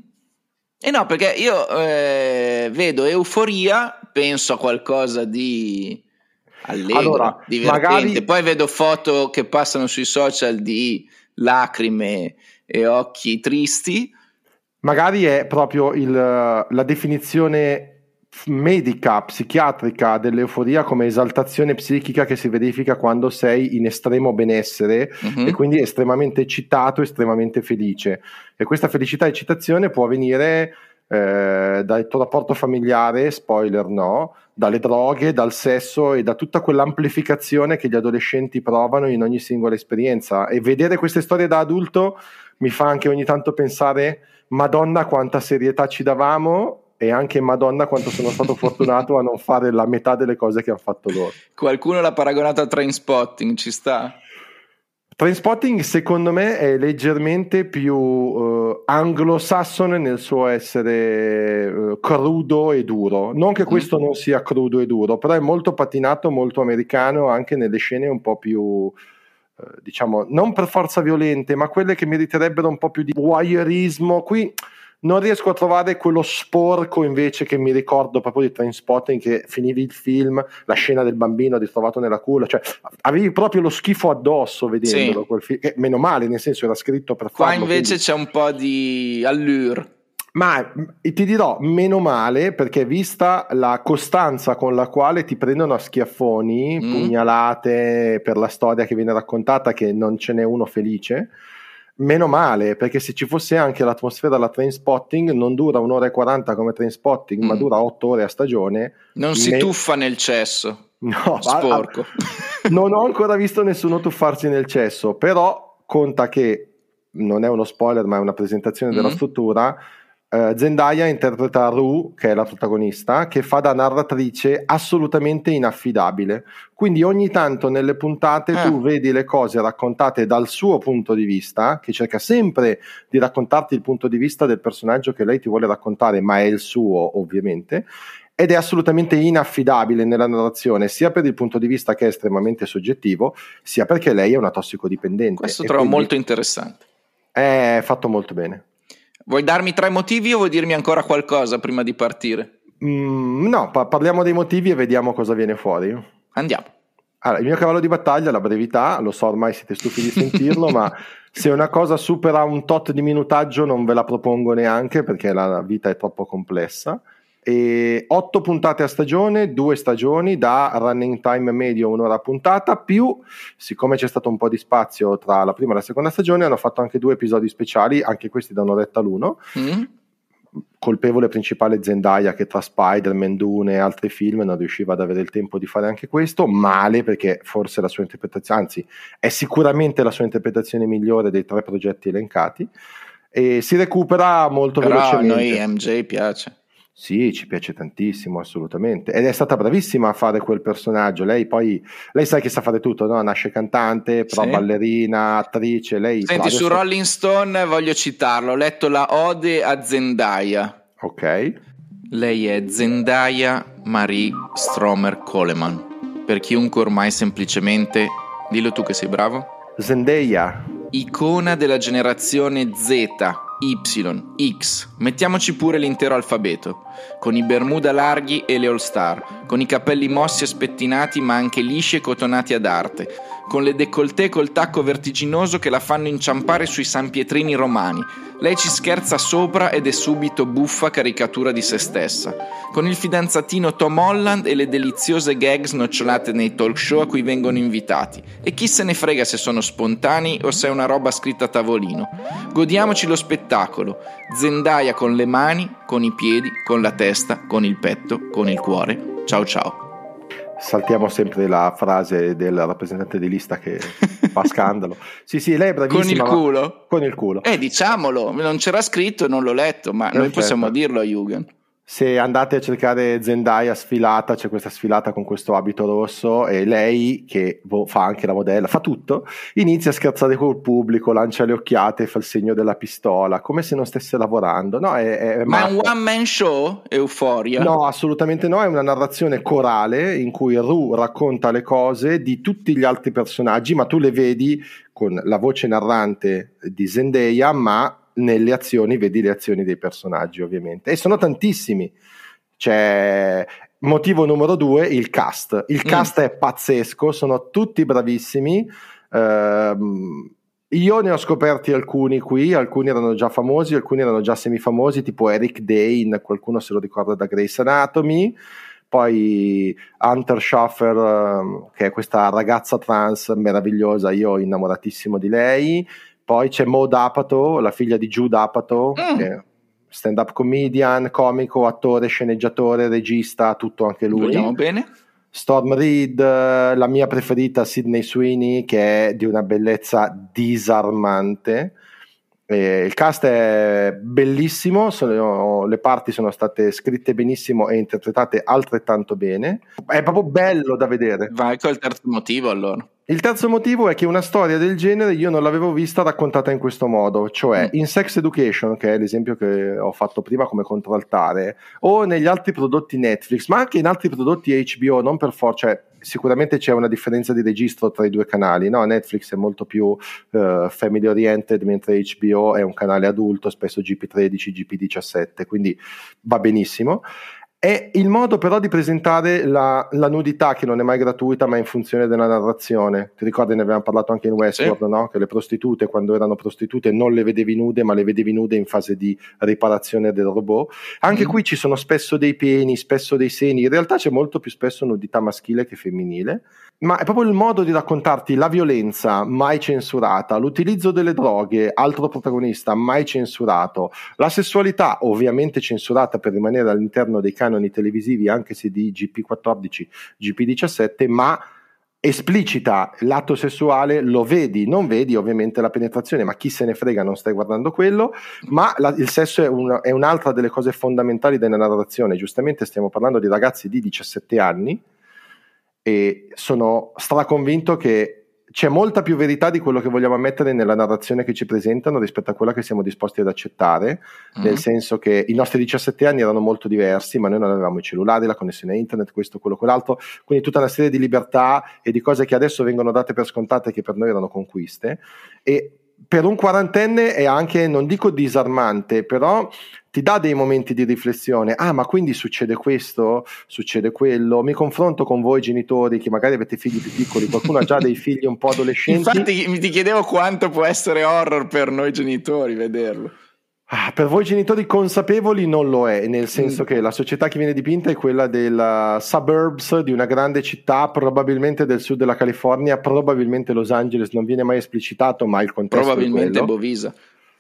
No, perché io vedo Euforia, penso a qualcosa di Allegro,
allora,
divertente.
magari...
Poi vedo foto che passano sui social di lacrime e occhi tristi.
Magari è proprio la definizione medica, psichiatrica dell'euforia come esaltazione psichica che si verifica quando sei in estremo benessere e quindi estremamente eccitato, estremamente felice. E questa felicità e eccitazione può venire dal tuo rapporto familiare, spoiler no, dalle droghe, dal sesso e da tutta quell'amplificazione che gli adolescenti provano in ogni singola esperienza. E vedere queste storie da adulto mi fa anche ogni tanto pensare: Madonna quanta serietà ci davamo, e anche Madonna quanto sono stato fortunato a non fare la metà delle cose che hanno fatto loro.
Qualcuno l'ha paragonato a Trainspotting, ci sta?
Trainspotting secondo me è leggermente più anglosassone nel suo essere crudo e duro. Non che questo non sia crudo e duro, però è molto patinato, molto americano anche nelle scene un po' più... diciamo, non per forza violente, ma quelle che meriterebbero un po' più di voyeurismo. Qui non riesco a trovare quello sporco invece che mi ricordo proprio di Trainspotting, che finivi il film, la scena del bambino ritrovato nella culla, cioè avevi proprio lo schifo addosso vedendolo, quel film, che meno male, nel senso era scritto per farlo.
Qua invece quindi... c'è un po' di allure.
Ma ti dirò meno male, perché vista la costanza con la quale ti prendono a schiaffoni, pugnalate per la storia che viene raccontata, che non ce n'è uno felice, meno male, perché se ci fosse anche l'atmosfera della Trainspotting non dura 1 ora e 40 come Trainspotting, ma dura 8 ore a stagione.
Non si tuffa nel cesso.
No,
sporco.
Non ho ancora visto nessuno tuffarsi nel cesso, però conta che, non è uno spoiler ma è una presentazione della struttura, Zendaya interpreta Rue, che è la protagonista, che fa da narratrice assolutamente inaffidabile, quindi ogni tanto nelle puntate tu vedi le cose raccontate dal suo punto di vista, che cerca sempre di raccontarti il punto di vista del personaggio che lei ti vuole raccontare, ma è il suo ovviamente, ed è assolutamente inaffidabile nella narrazione, sia per il punto di vista che è estremamente soggettivo, sia perché lei è una tossicodipendente.
Questo trovo molto interessante.
È fatto molto bene.
Vuoi darmi 3 motivi o vuoi dirmi ancora qualcosa prima di partire?
No, parliamo dei motivi e vediamo cosa viene fuori.
Andiamo.
Allora, il mio cavallo di battaglia è la brevità, lo so ormai siete stufi di sentirlo, ma se una cosa supera un tot di minutaggio non ve la propongo neanche, perché la vita è troppo complessa. E 8 puntate a stagione, 2 stagioni da running time medio 1 ora a puntata, più siccome c'è stato un po' di spazio tra la prima e la seconda stagione hanno fatto anche 2 episodi speciali, anche questi da un'oretta l'uno. Colpevole principale Zendaya, che tra Spider-Man, Dune e altri film non riusciva ad avere il tempo di fare anche questo, male, perché forse la sua interpretazione, anzi è sicuramente la sua interpretazione migliore dei 3 progetti elencati, e si recupera molto velocemente.
Però a noi MJ piace.
Sì, ci piace tantissimo, assolutamente, ed è stata bravissima a fare quel personaggio. Lei sai che sa fare tutto, no? Nasce cantante, però ballerina, attrice.
Senti, su Rolling Stone voglio citarlo, ho letto la ode a Zendaya.
Ok.
Lei è Zendaya Marie Stromer Coleman, per chiunque ormai semplicemente, dillo tu che sei bravo,
Zendaya,
icona della generazione Z, Y, X, mettiamoci pure l'intero alfabeto, con i bermuda larghi e le all star, con i capelli mossi e spettinati ma anche lisci e cotonati ad arte, con le décolleté col tacco vertiginoso che la fanno inciampare sui sanpietrini romani. Lei ci scherza sopra ed è subito buffa caricatura di se stessa, con il fidanzatino Tom Holland e le deliziose gag snocciolate nei talk show a cui vengono invitati. E chi se ne frega se sono spontanei o se è una roba scritta a tavolino. Godiamoci lo spettacolo. Zendaya con le mani, con i piedi, con la testa, con il petto, con il cuore. Ciao ciao.
Saltiamo sempre la frase del rappresentante di lista che fa scandalo. Sì, lei è bravissima.
Con il culo?
Con il culo.
Diciamolo, non c'era scritto e non l'ho letto, ma noi possiamo dirlo a Jugend.
Se andate a cercare Zendaya sfilata, c'è questa sfilata con questo abito rosso e lei, che fa anche la modella, fa tutto, inizia a scherzare col pubblico, lancia le occhiate, fa il segno della pistola, come se non stesse lavorando. No,
ma è un one man show? Euforia?
No, assolutamente no, è una narrazione corale in cui Rue racconta le cose di tutti gli altri personaggi, ma tu le vedi con la voce narrante di Zendaya, ma nelle azioni vedi le azioni dei personaggi ovviamente, e sono tantissimi, cioè motivo numero 2, il cast. Il cast è pazzesco, sono tutti bravissimi. Io ne ho scoperti alcuni qui, alcuni erano già famosi, alcuni erano già semifamosi, tipo Eric Dane, qualcuno se lo ricorda da Grey's Anatomy. Poi Hunter Schafer, che è questa ragazza trans meravigliosa, io innamoratissimo di lei. Poi c'è Maud Apatow, la figlia di Jude Apatow, che è stand-up comedian, comico, attore, sceneggiatore, regista, tutto anche lui.
Vogliamo bene.
Storm Reid, la mia preferita Sydney Sweeney, che è di una bellezza disarmante. Il cast è bellissimo, le parti sono state scritte benissimo e interpretate altrettanto bene. È proprio bello da vedere.
Vai col terzo motivo allora.
Il terzo motivo è che una storia del genere io non l'avevo vista raccontata in questo modo, cioè in Sex Education, che è l'esempio che ho fatto prima come contraltare, o negli altri prodotti Netflix, ma anche in altri prodotti HBO, non per forza, cioè sicuramente c'è una differenza di registro tra i due canali, no? Netflix è molto più family oriented, mentre HBO è un canale adulto, spesso GP13, GP17, quindi va benissimo. È il modo però di presentare la nudità, che non è mai gratuita ma è in funzione della narrazione. Ti ricordi, ne avevamo parlato anche in Westworld, sì. No? Che le prostitute, quando erano prostitute, non le vedevi nude, ma le vedevi nude in fase di riparazione del robot. Anche qui ci sono spesso dei peni, spesso dei seni, in realtà c'è molto più spesso nudità maschile che femminile, ma è proprio il modo di raccontarti la violenza mai censurata, l'utilizzo delle droghe, altro protagonista mai censurato, la sessualità ovviamente censurata per rimanere all'interno dei canoni televisivi, anche se di GP14, GP17, ma esplicita l'atto sessuale, lo vedi, non vedi ovviamente la penetrazione, ma chi se ne frega, non stai guardando quello, ma il sesso è un'altra delle cose fondamentali della narrazione. Giustamente stiamo parlando di ragazzi di 17 anni e sono straconvinto che c'è molta più verità di quello che vogliamo ammettere nella narrazione che ci presentano rispetto a quella che siamo disposti ad accettare, nel senso che i nostri 17 anni erano molto diversi, ma noi non avevamo i cellulari, la connessione a internet, questo, quello, quell'altro, quindi tutta una serie di libertà e di cose che adesso vengono date per scontate che per noi erano conquiste, e per un quarantenne è anche, non dico disarmante, però ti dà dei momenti di riflessione. Ma quindi succede questo, succede quello. Mi confronto con voi genitori che magari avete figli più piccoli, qualcuno ha già dei figli un po' adolescenti.
Infatti ti chiedevo quanto può essere horror per noi genitori vederlo.
Per voi genitori consapevoli non lo è, nel senso che la società che viene dipinta è quella del suburbs di una grande città, probabilmente del sud della California, probabilmente Los Angeles, non viene mai esplicitato, ma il contesto
probabilmente
è quello.
Bovisa.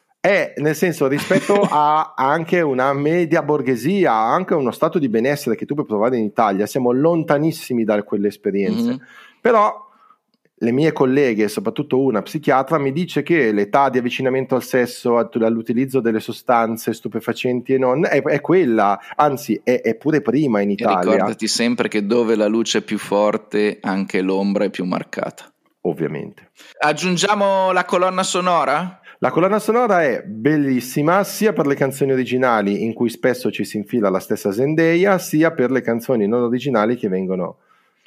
Nel senso, rispetto a anche una media borghesia, anche uno stato di benessere che tu puoi provare in Italia, siamo lontanissimi da quelle esperienze. Però le mie colleghe, soprattutto una psichiatra, mi dice che l'età di avvicinamento al sesso, all'utilizzo delle sostanze stupefacenti e non, è quella, anzi è pure prima in Italia.
E ricordati sempre che dove la luce è più forte, anche l'ombra è più marcata.
Ovviamente.
Aggiungiamo la colonna sonora?
La colonna sonora è bellissima sia per le canzoni originali, in cui spesso ci si infila la stessa Zendaya, sia per le canzoni non originali che vengono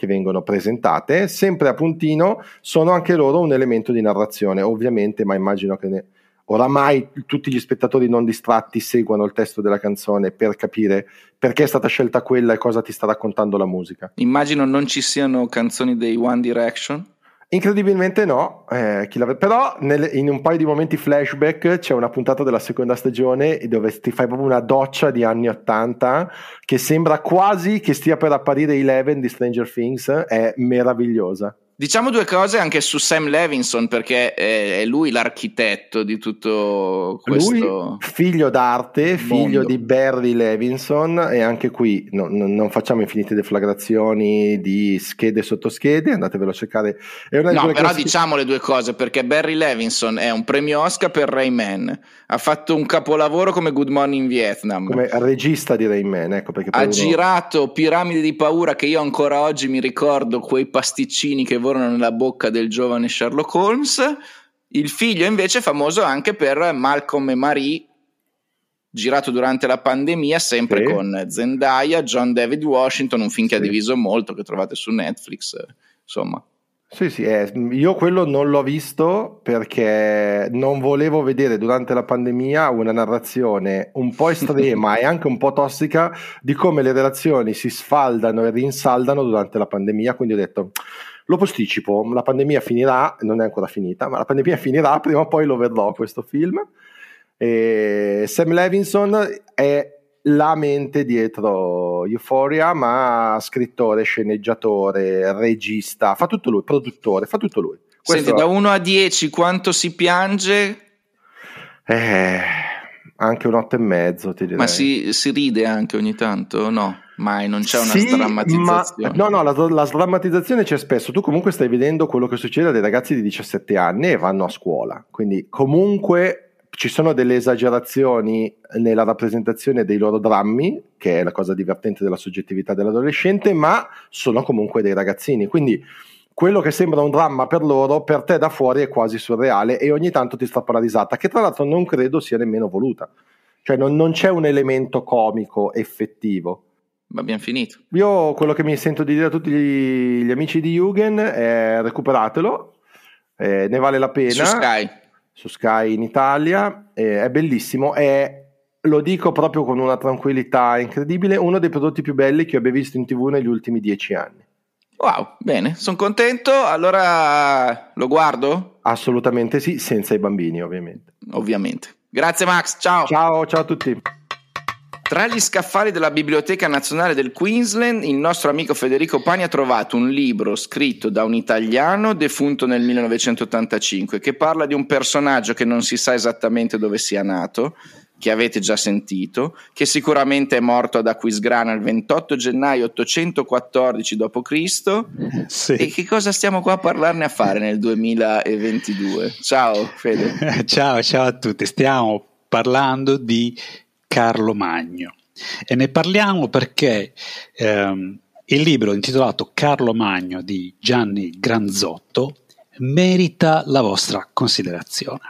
presentate, sempre a puntino. Sono anche loro un elemento di narrazione, ovviamente, ma immagino che oramai tutti gli spettatori non distratti seguano il testo della canzone per capire perché è stata scelta quella e cosa ti sta raccontando la musica.
Immagino non ci siano canzoni dei One Direction.
Incredibilmente no, però in un paio di momenti flashback c'è una puntata della seconda stagione dove ti fai proprio una doccia di anni 80 che sembra quasi che stia per apparire Eleven di Stranger Things, è meravigliosa.
Diciamo due cose anche su Sam Levinson, perché è lui l'architetto di tutto questo.
Lui, figlio d'arte, figlio di Barry Levinson, e anche qui non facciamo infinite deflagrazioni di schede sotto schede, andatevelo a cercare.
Però diciamo le due cose, perché Barry Levinson è un premio Oscar per Rain Man, ha fatto un capolavoro come Good Morning Vietnam,
come regista di Rain Man, ecco perché
girato Piramidi di paura, che io ancora oggi mi ricordo quei pasticcini che volano nella bocca del giovane Sherlock Holmes. Il figlio invece è famoso anche per Malcolm e Marie, girato durante la pandemia, sempre con Zendaya, John David Washington, un film che ha diviso molto, che trovate su Netflix, insomma.
Sì, io quello non l'ho visto perché non volevo vedere durante la pandemia una narrazione un po' estrema e anche un po' tossica di come le relazioni si sfaldano e rinsaldano durante la pandemia, quindi ho detto lo posticipo, la pandemia finirà, non è ancora finita, ma la pandemia finirà, prima o poi lo vedrò questo film. E Sam Levinson è la mente dietro Euphoria, ma scrittore, sceneggiatore, regista, fa tutto lui, produttore, fa tutto lui.
Senti, da 1 a 10 quanto si piange?
Anche un 8,5, ti direi.
Ma si ride anche ogni tanto? No, mai, non c'è una sdrammatizzazione.
No, la sdrammatizzazione c'è spesso. Tu comunque stai vedendo quello che succede a dei ragazzi di 17 anni e vanno a scuola, quindi comunque ci sono delle esagerazioni nella rappresentazione dei loro drammi, che è la cosa divertente della soggettività dell'adolescente, ma sono comunque dei ragazzini, quindi quello che sembra un dramma per loro, per te da fuori è quasi surreale e ogni tanto ti strappa la risata, che tra l'altro non credo sia nemmeno voluta, cioè non c'è un elemento comico effettivo.
Ma abbiamo finito.
Io quello che mi sento di dire a tutti gli amici di Jugend è recuperatelo, ne vale la pena. Su Sky in Italia, è bellissimo, lo dico proprio con una tranquillità incredibile, uno dei prodotti più belli che abbia visto in TV negli ultimi 10 anni.
Wow, bene, sono contento, allora lo guardo?
Assolutamente sì, senza i bambini ovviamente.
Grazie Max, ciao
a tutti.
Tra gli scaffali della Biblioteca Nazionale del Queensland, il nostro amico Federico Pani ha trovato un libro scritto da un italiano defunto nel 1985 che parla di un personaggio che non si sa esattamente dove sia nato, che avete già sentito, che sicuramente è morto ad Aquisgrana il 28 gennaio 814 d.C.
Sì.
E che cosa stiamo qua a parlarne a fare nel 2022? Ciao Fede.
Ciao a tutti, stiamo parlando di Carlo Magno e ne parliamo perché il libro intitolato Carlo Magno di Gianni Granzotto merita la vostra considerazione.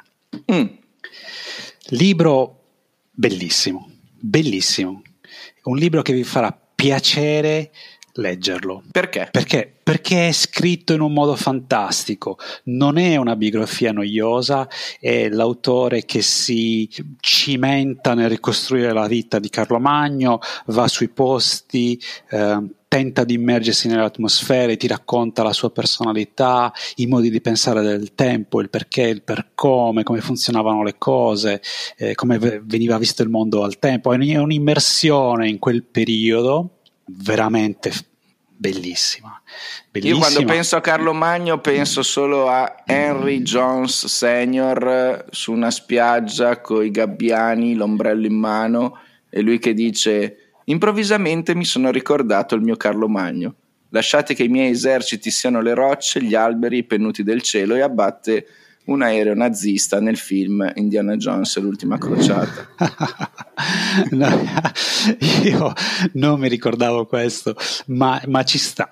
Libro bellissimo, un libro che vi farà piacere leggerlo.
Perché?
Perché è scritto in un modo fantastico, non è una biografia noiosa, è l'autore che si cimenta nel ricostruire la vita di Carlo Magno, va sui posti, tenta di immergersi nelle atmosfere, ti racconta la sua personalità, i modi di pensare del tempo, il perché, il per come funzionavano le cose, come veniva visto il mondo al tempo. È un'immersione in quel periodo veramente bellissima.
Io quando penso a Carlo Magno penso solo a Henry Jones Senior su una spiaggia coi gabbiani, l'ombrello in mano, e lui che dice: improvvisamente mi sono ricordato il mio Carlo Magno, lasciate che i miei eserciti siano le rocce, gli alberi, i pennuti del cielo, e abbatte un aereo nazista nel film Indiana Jones e l'ultima crociata.
No, io non mi ricordavo questo, ma ci sta.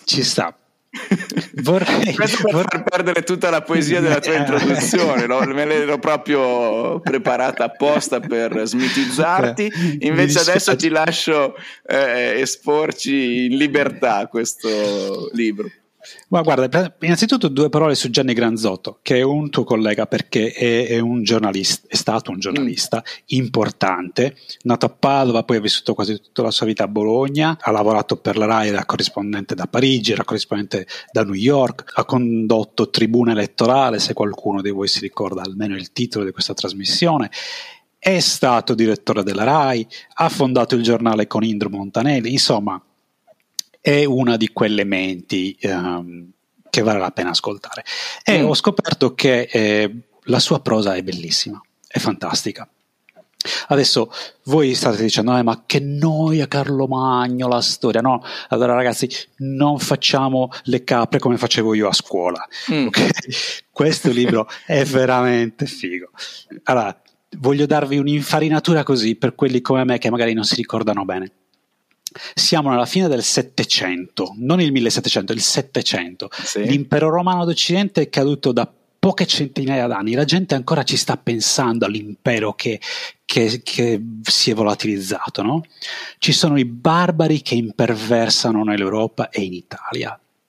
Questo per far perdere tutta la poesia della tua introduzione, no? Me l'ero proprio preparata apposta per smitizzarti, invece adesso ti lascio esporci in libertà questo libro.
Ma guarda, innanzitutto 2 parole su Gianni Granzotto, che è un tuo collega perché è un giornalista, è stato un giornalista importante, nato a Padova, poi ha vissuto quasi tutta la sua vita a Bologna, ha lavorato per la Rai, era corrispondente da Parigi, era corrispondente da New York, ha condotto Tribuna Elettorale, se qualcuno di voi si ricorda almeno il titolo di questa trasmissione. È stato direttore della Rai, ha fondato il giornale con Indro Montanelli, insomma è una di quelle menti che vale la pena ascoltare. E ho scoperto che la sua prosa è bellissima, è fantastica. Adesso voi state dicendo ma che noia Carlo Magno, la storia. No, allora ragazzi, non facciamo le capre come facevo io a scuola. Okay? Questo libro è veramente figo. Allora, voglio darvi un'infarinatura così per quelli come me che magari non si ricordano bene. Siamo nella fine del 700, non il 1700, il 700. Sì. L'impero romano d'Occidente è caduto da poche centinaia d'anni, la gente ancora ci sta pensando all'impero che si è volatilizzato, no? Ci sono i barbari che imperversano nell'Europa e in Italia.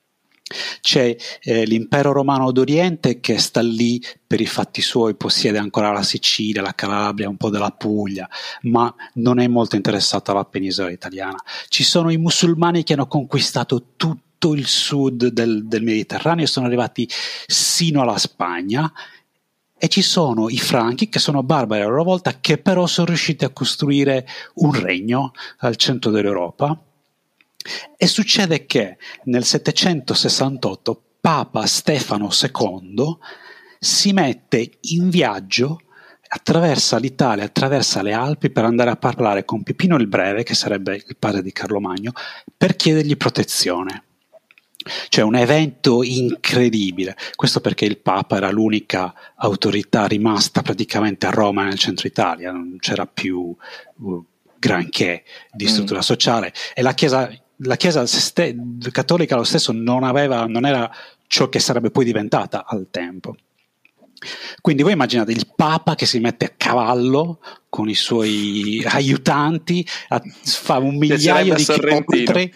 C'è l'impero romano d'Oriente che sta lì per i fatti suoi, possiede ancora la Sicilia, la Calabria, un po' della Puglia, ma non è molto interessato alla penisola italiana. Ci sono i musulmani che hanno conquistato tutto il sud del Mediterraneo, sono arrivati sino alla Spagna, e ci sono i franchi che sono barbari a loro volta, che però sono riusciti a costruire un regno al centro dell'Europa. E succede che nel 768 Papa Stefano II si mette in viaggio, attraversa l'Italia, attraversa le Alpi per andare a parlare con Pipino il Breve, che sarebbe il padre di Carlo Magno, per chiedergli protezione. Cioè un evento incredibile, questo perché il Papa era l'unica autorità rimasta praticamente a Roma nel centro Italia, non c'era più granché di struttura sociale, e la Chiesa cattolica lo stesso non era ciò che sarebbe poi diventata al tempo. Quindi voi immaginate il Papa che si mette a cavallo con i suoi aiutanti, fa un migliaio di chilometri.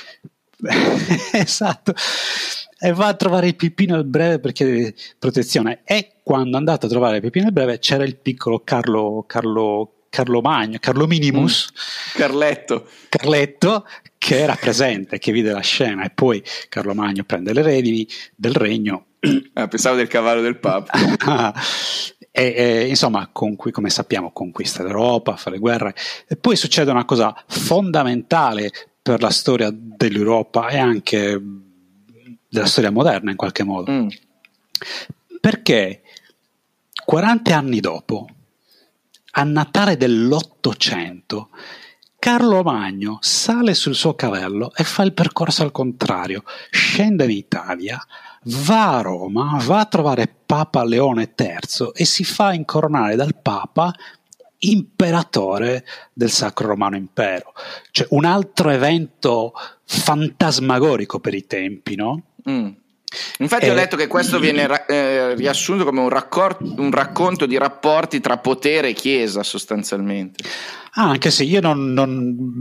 Esatto, e va a trovare il Pipino il Breve per chiedere protezione. E quando è andato a trovare il Pipino il Breve c'era il piccolo Carlo Magno, Carlo Minimus,
Carletto,
che era presente, che vide la scena, e poi Carlo Magno prende le redini del regno.
Pensavo del cavallo del Papa.
E insomma, come sappiamo, conquista l'Europa, fa le guerre, e poi succede una cosa fondamentale per la storia dell'Europa e anche della storia moderna in qualche modo, perché 40 anni dopo, a Natale dell'800, Carlo Magno sale sul suo cavallo e fa il percorso al contrario, scende in Italia, va a Roma, va a trovare Papa Leone III e si fa incoronare dal Papa imperatore del Sacro Romano Impero. Cioè un altro evento fantasmagorico per i tempi, no?
Infatti ho letto che questo viene riassunto come un racconto di rapporti tra potere e Chiesa, sostanzialmente.
Anche se io
non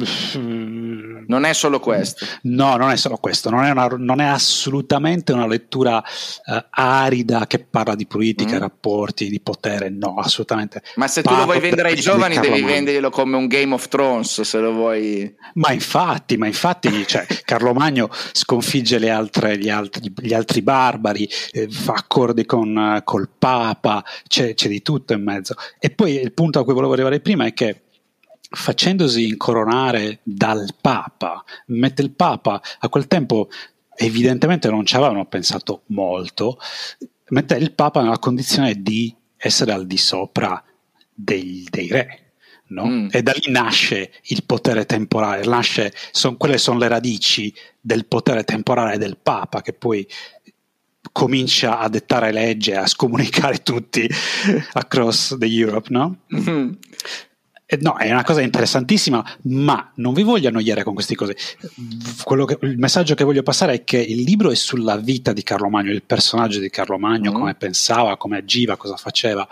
è solo questo.
No, non è solo questo, non è assolutamente una lettura arida che parla di politica, rapporti, di potere, no, assolutamente.
Ma se tu lo vuoi vendere ai giovani devi venderglielo come un Game of Thrones, se lo vuoi.
Ma infatti, cioè, Carlo Magno sconfigge gli altri barbari, fa accordi col Papa, c'è di tutto in mezzo. E poi il punto a cui volevo arrivare prima è che, facendosi incoronare dal Papa, mette il Papa, a quel tempo evidentemente non ci avevano pensato molto, mette il Papa nella condizione di essere al di sopra dei re, no? E da lì nasce il potere temporale, quelle sono le radici del potere temporale del Papa, che poi comincia a dettare legge, a scomunicare tutti across the Europe, no? No, è una cosa interessantissima, ma non vi voglio annoiare con queste cose. Il messaggio che voglio passare è che il libro è sulla vita di Carlo Magno, il personaggio di Carlo Magno, come pensava, come agiva, cosa faceva,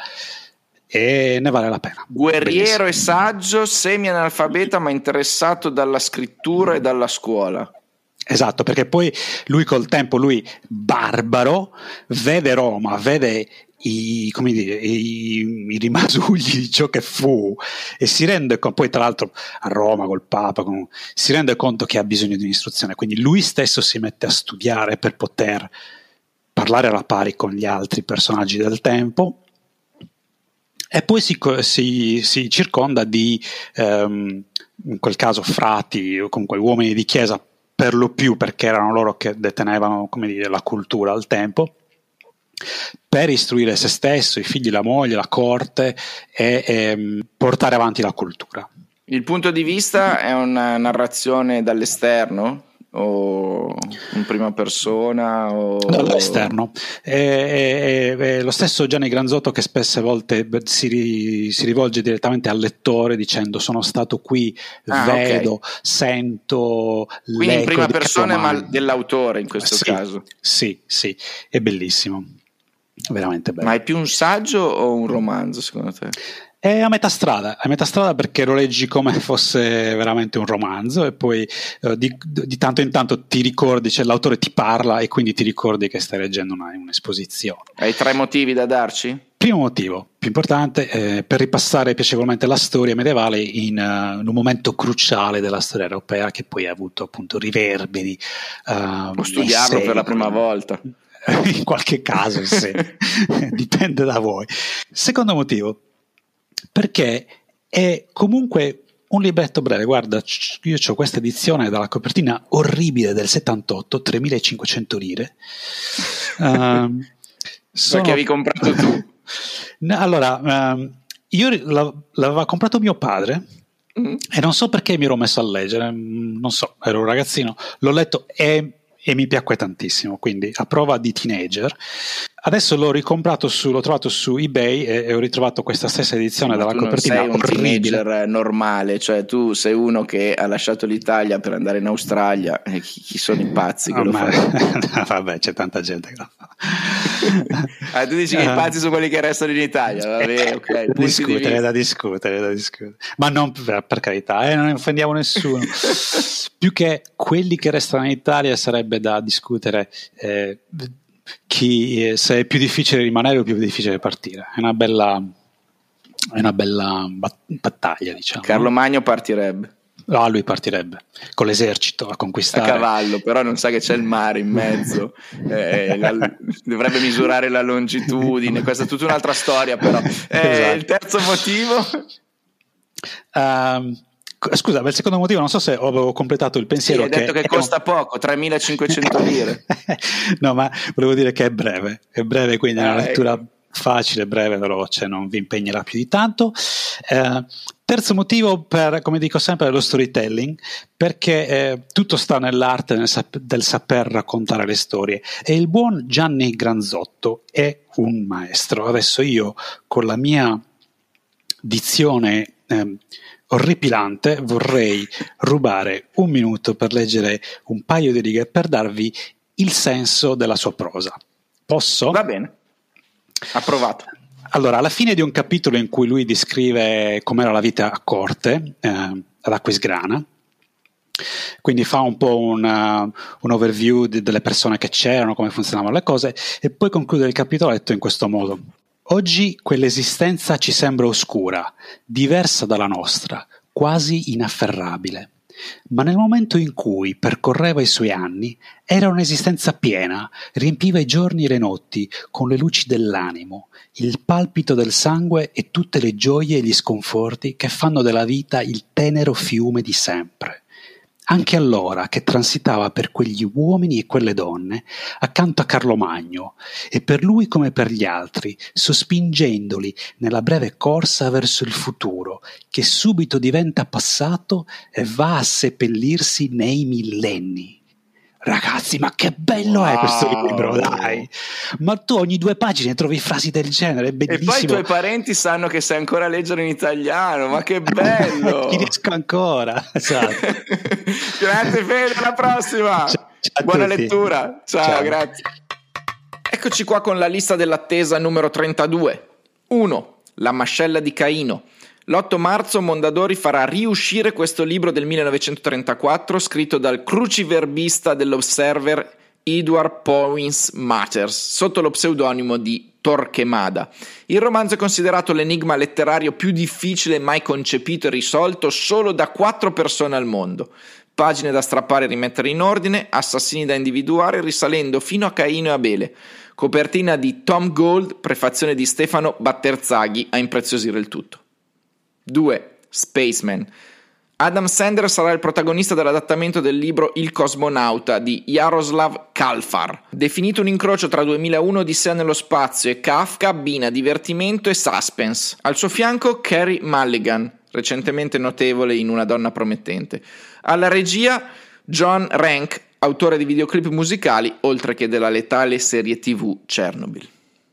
e ne vale la pena.
Guerriero e saggio, semi-analfabeta ma interessato dalla scrittura e dalla scuola.
Esatto, perché poi lui col tempo, barbaro, vede Roma, vede i rimasugli di ciò che fu, e si rende poi tra l'altro a Roma col Papa si rende conto che ha bisogno di un'istruzione, quindi lui stesso si mette a studiare per poter parlare alla pari con gli altri personaggi del tempo, e poi si circonda di in quel caso frati o comunque uomini di chiesa, per lo più perché erano loro che detenevano, la cultura al tempo, per istruire se stesso, i figli, la moglie, la corte, e portare avanti la cultura.
Il punto di vista è una narrazione dall'esterno o in prima persona?
Dall'esterno. È lo stesso Gianni Granzotto che spesse volte si rivolge direttamente al lettore dicendo: sono stato qui, vedo, sento,
quindi
leggo,
in prima persona, ma dell'autore in questo caso.
Sì, è bellissimo, veramente bello.
Ma è più un saggio o un romanzo secondo te?
È a metà strada perché lo leggi come fosse veramente un romanzo e poi di tanto in tanto ti ricordi, cioè l'autore ti parla e quindi ti ricordi che stai leggendo un'esposizione.
Hai 3 motivi da darci?
Primo motivo, più importante, per ripassare piacevolmente la storia medievale in un momento cruciale della storia europea che poi ha avuto appunto riverberi.
Può studiarlo per la prima volta.
In qualche caso sì, dipende da voi. Secondo motivo, perché è comunque un libretto breve. Guarda, io ho questa edizione dalla copertina orribile del 78, 3.500 lire.
Perché avevi comprato tu?
Allora, io l'aveva comprato mio padre e non so perché mi ero messo a leggere, non so, ero un ragazzino, l'ho letto e mi piacque tantissimo, quindi a prova di teenager. Adesso l'ho trovato su eBay e ho ritrovato questa stessa edizione dalla copertina orribile.
Sei un teenager normale, cioè tu sei uno che ha lasciato l'Italia per andare in Australia, e chi sono i pazzi che lo fanno?
Vabbè, c'è tanta gente che lo fa.
Tu dici che i pazzi sono quelli che restano in Italia, vabbè, ok.
Da discutere, ma non per carità, non offendiamo nessuno. Più che quelli che restano in Italia sarebbe da discutere se è più difficile rimanere o più difficile partire. È una bella battaglia, diciamo.
Carlo Magno partirebbe.
No, lui partirebbe con l'esercito a conquistare.
A cavallo, però non sa che c'è il mare in mezzo, dovrebbe misurare la longitudine, questa è tutta un'altra storia, però. Esatto. Il terzo motivo?
Scusa, per il secondo motivo non so se avevo completato il pensiero.
Sì, hai detto che costa poco, 3.500 lire.
No, ma volevo dire che è breve, quindi è una lettura facile, breve, veloce, non vi impegnerà più di tanto. Terzo motivo, come dico sempre, è lo storytelling, perché tutto sta nell'arte del saper raccontare le storie, e il buon Gianni Granzotto è un maestro. Adesso io, con la mia dizione orripilante, vorrei rubare un minuto per leggere un paio di righe per darvi il senso della sua prosa. Posso?
Va bene, approvato.
Allora, alla fine di un capitolo in cui lui descrive com'era la vita a corte ad Aquisgrana, quindi fa un po' un overview delle persone che c'erano, come funzionavano le cose, e poi conclude il capitoletto in questo modo. Oggi quell'esistenza ci sembra oscura, diversa dalla nostra, quasi inafferrabile. Ma nel momento in cui percorreva i suoi anni, era un'esistenza piena, riempiva i giorni e le notti con le luci dell'animo, il palpito del sangue e tutte le gioie e gli sconforti che fanno della vita il tenero fiume di sempre. Anche allora che transitava per quegli uomini e quelle donne, accanto a Carlo Magno, e per lui come per gli altri, sospingendoli nella breve corsa verso il futuro, che subito diventa passato e va a seppellirsi nei millenni. Ragazzi, ma che bello è questo libro, dai! Ma tu ogni 2 pagine trovi frasi del genere, è bellissimo.
E poi i tuoi parenti sanno che sai ancora leggere in italiano, ma che bello!
Ti riesco ancora, esatto.
Grazie Fede, alla prossima!
Ciao
buona lettura, ciao, grazie. Eccoci qua con la lista dell'attesa numero 32. 1. La mascella di Caino. L'8 marzo Mondadori farà riuscire questo libro del 1934 scritto dal cruciverbista dell'Observer Edward Powys Matters sotto lo pseudonimo di Torquemada. Il romanzo è considerato l'enigma letterario più difficile mai concepito e risolto solo da 4 persone al mondo. Pagine da strappare e rimettere in ordine, assassini da individuare risalendo fino a Caino e Abele. Copertina di Tom Gold, prefazione di Stefano Batterzaghi a impreziosire il tutto. 2. Spaceman. Adam Sandler sarà il protagonista dell'adattamento del libro Il cosmonauta di Jaroslav Kalfar. Definito un incrocio tra 2001 Odissea nello spazio e Kafka, abbina divertimento e suspense. Al suo fianco Carey Mulligan, recentemente notevole in Una donna promettente. Alla regia John Rank, autore di videoclip musicali oltre che della letale serie TV Chernobyl.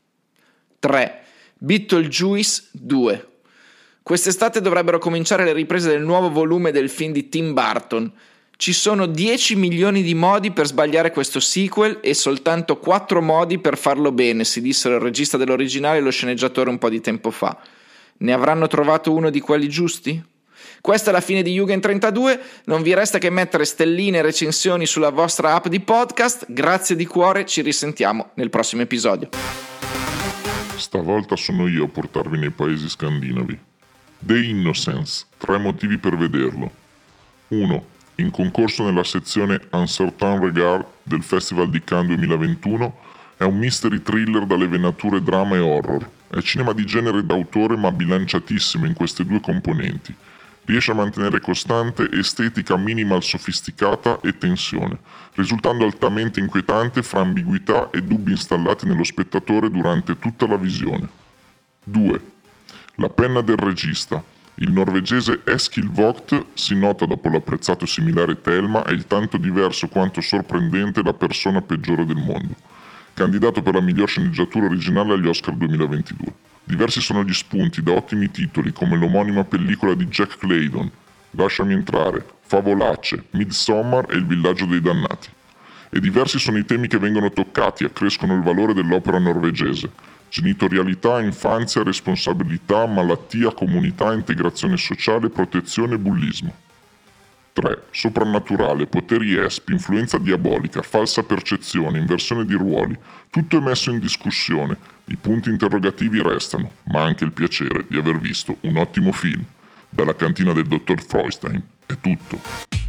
3. Beetlejuice 2. Quest'estate dovrebbero cominciare le riprese del nuovo volume del film di Tim Burton. Ci sono 10 milioni di modi per sbagliare questo sequel e soltanto 4 modi per farlo bene, si dissero il regista dell'originale e lo sceneggiatore un po' di tempo fa. Ne avranno trovato uno di quelli giusti? Questa è la fine di Jugend 32, non vi resta che mettere stelline e recensioni sulla vostra app di podcast. Grazie di cuore, ci risentiamo nel prossimo episodio.
Stavolta sono io a portarvi nei paesi scandinavi. The Innocence, 3 motivi per vederlo. 1. In concorso nella sezione Uncertain Regard del Festival di Cannes 2021, è un mystery thriller dalle venature drama e horror. È cinema di genere d'autore ma bilanciatissimo in queste 2 componenti. Riesce a mantenere costante estetica minimal sofisticata e tensione, risultando altamente inquietante fra ambiguità e dubbi installati nello spettatore durante tutta la visione. 2. La penna del regista. Il norvegese Eskil Vogt si nota dopo l'apprezzato similare Thelma e il tanto diverso quanto sorprendente La persona peggiore del mondo, candidato per la miglior sceneggiatura originale agli Oscar 2022. Diversi sono gli spunti da ottimi titoli come l'omonima pellicola di Jack Claydon, Lasciami entrare, Favolacce, Midsommar e Il villaggio dei dannati. E diversi sono i temi che vengono toccati e accrescono il valore dell'opera norvegese: genitorialità, infanzia, responsabilità, malattia, comunità, integrazione sociale, protezione e bullismo. 3. Soprannaturale, poteri espi, influenza diabolica, falsa percezione, inversione di ruoli. Tutto è messo in discussione. I punti interrogativi restano, ma anche il piacere di aver visto un ottimo film. Dalla cantina del dottor Freustein è tutto.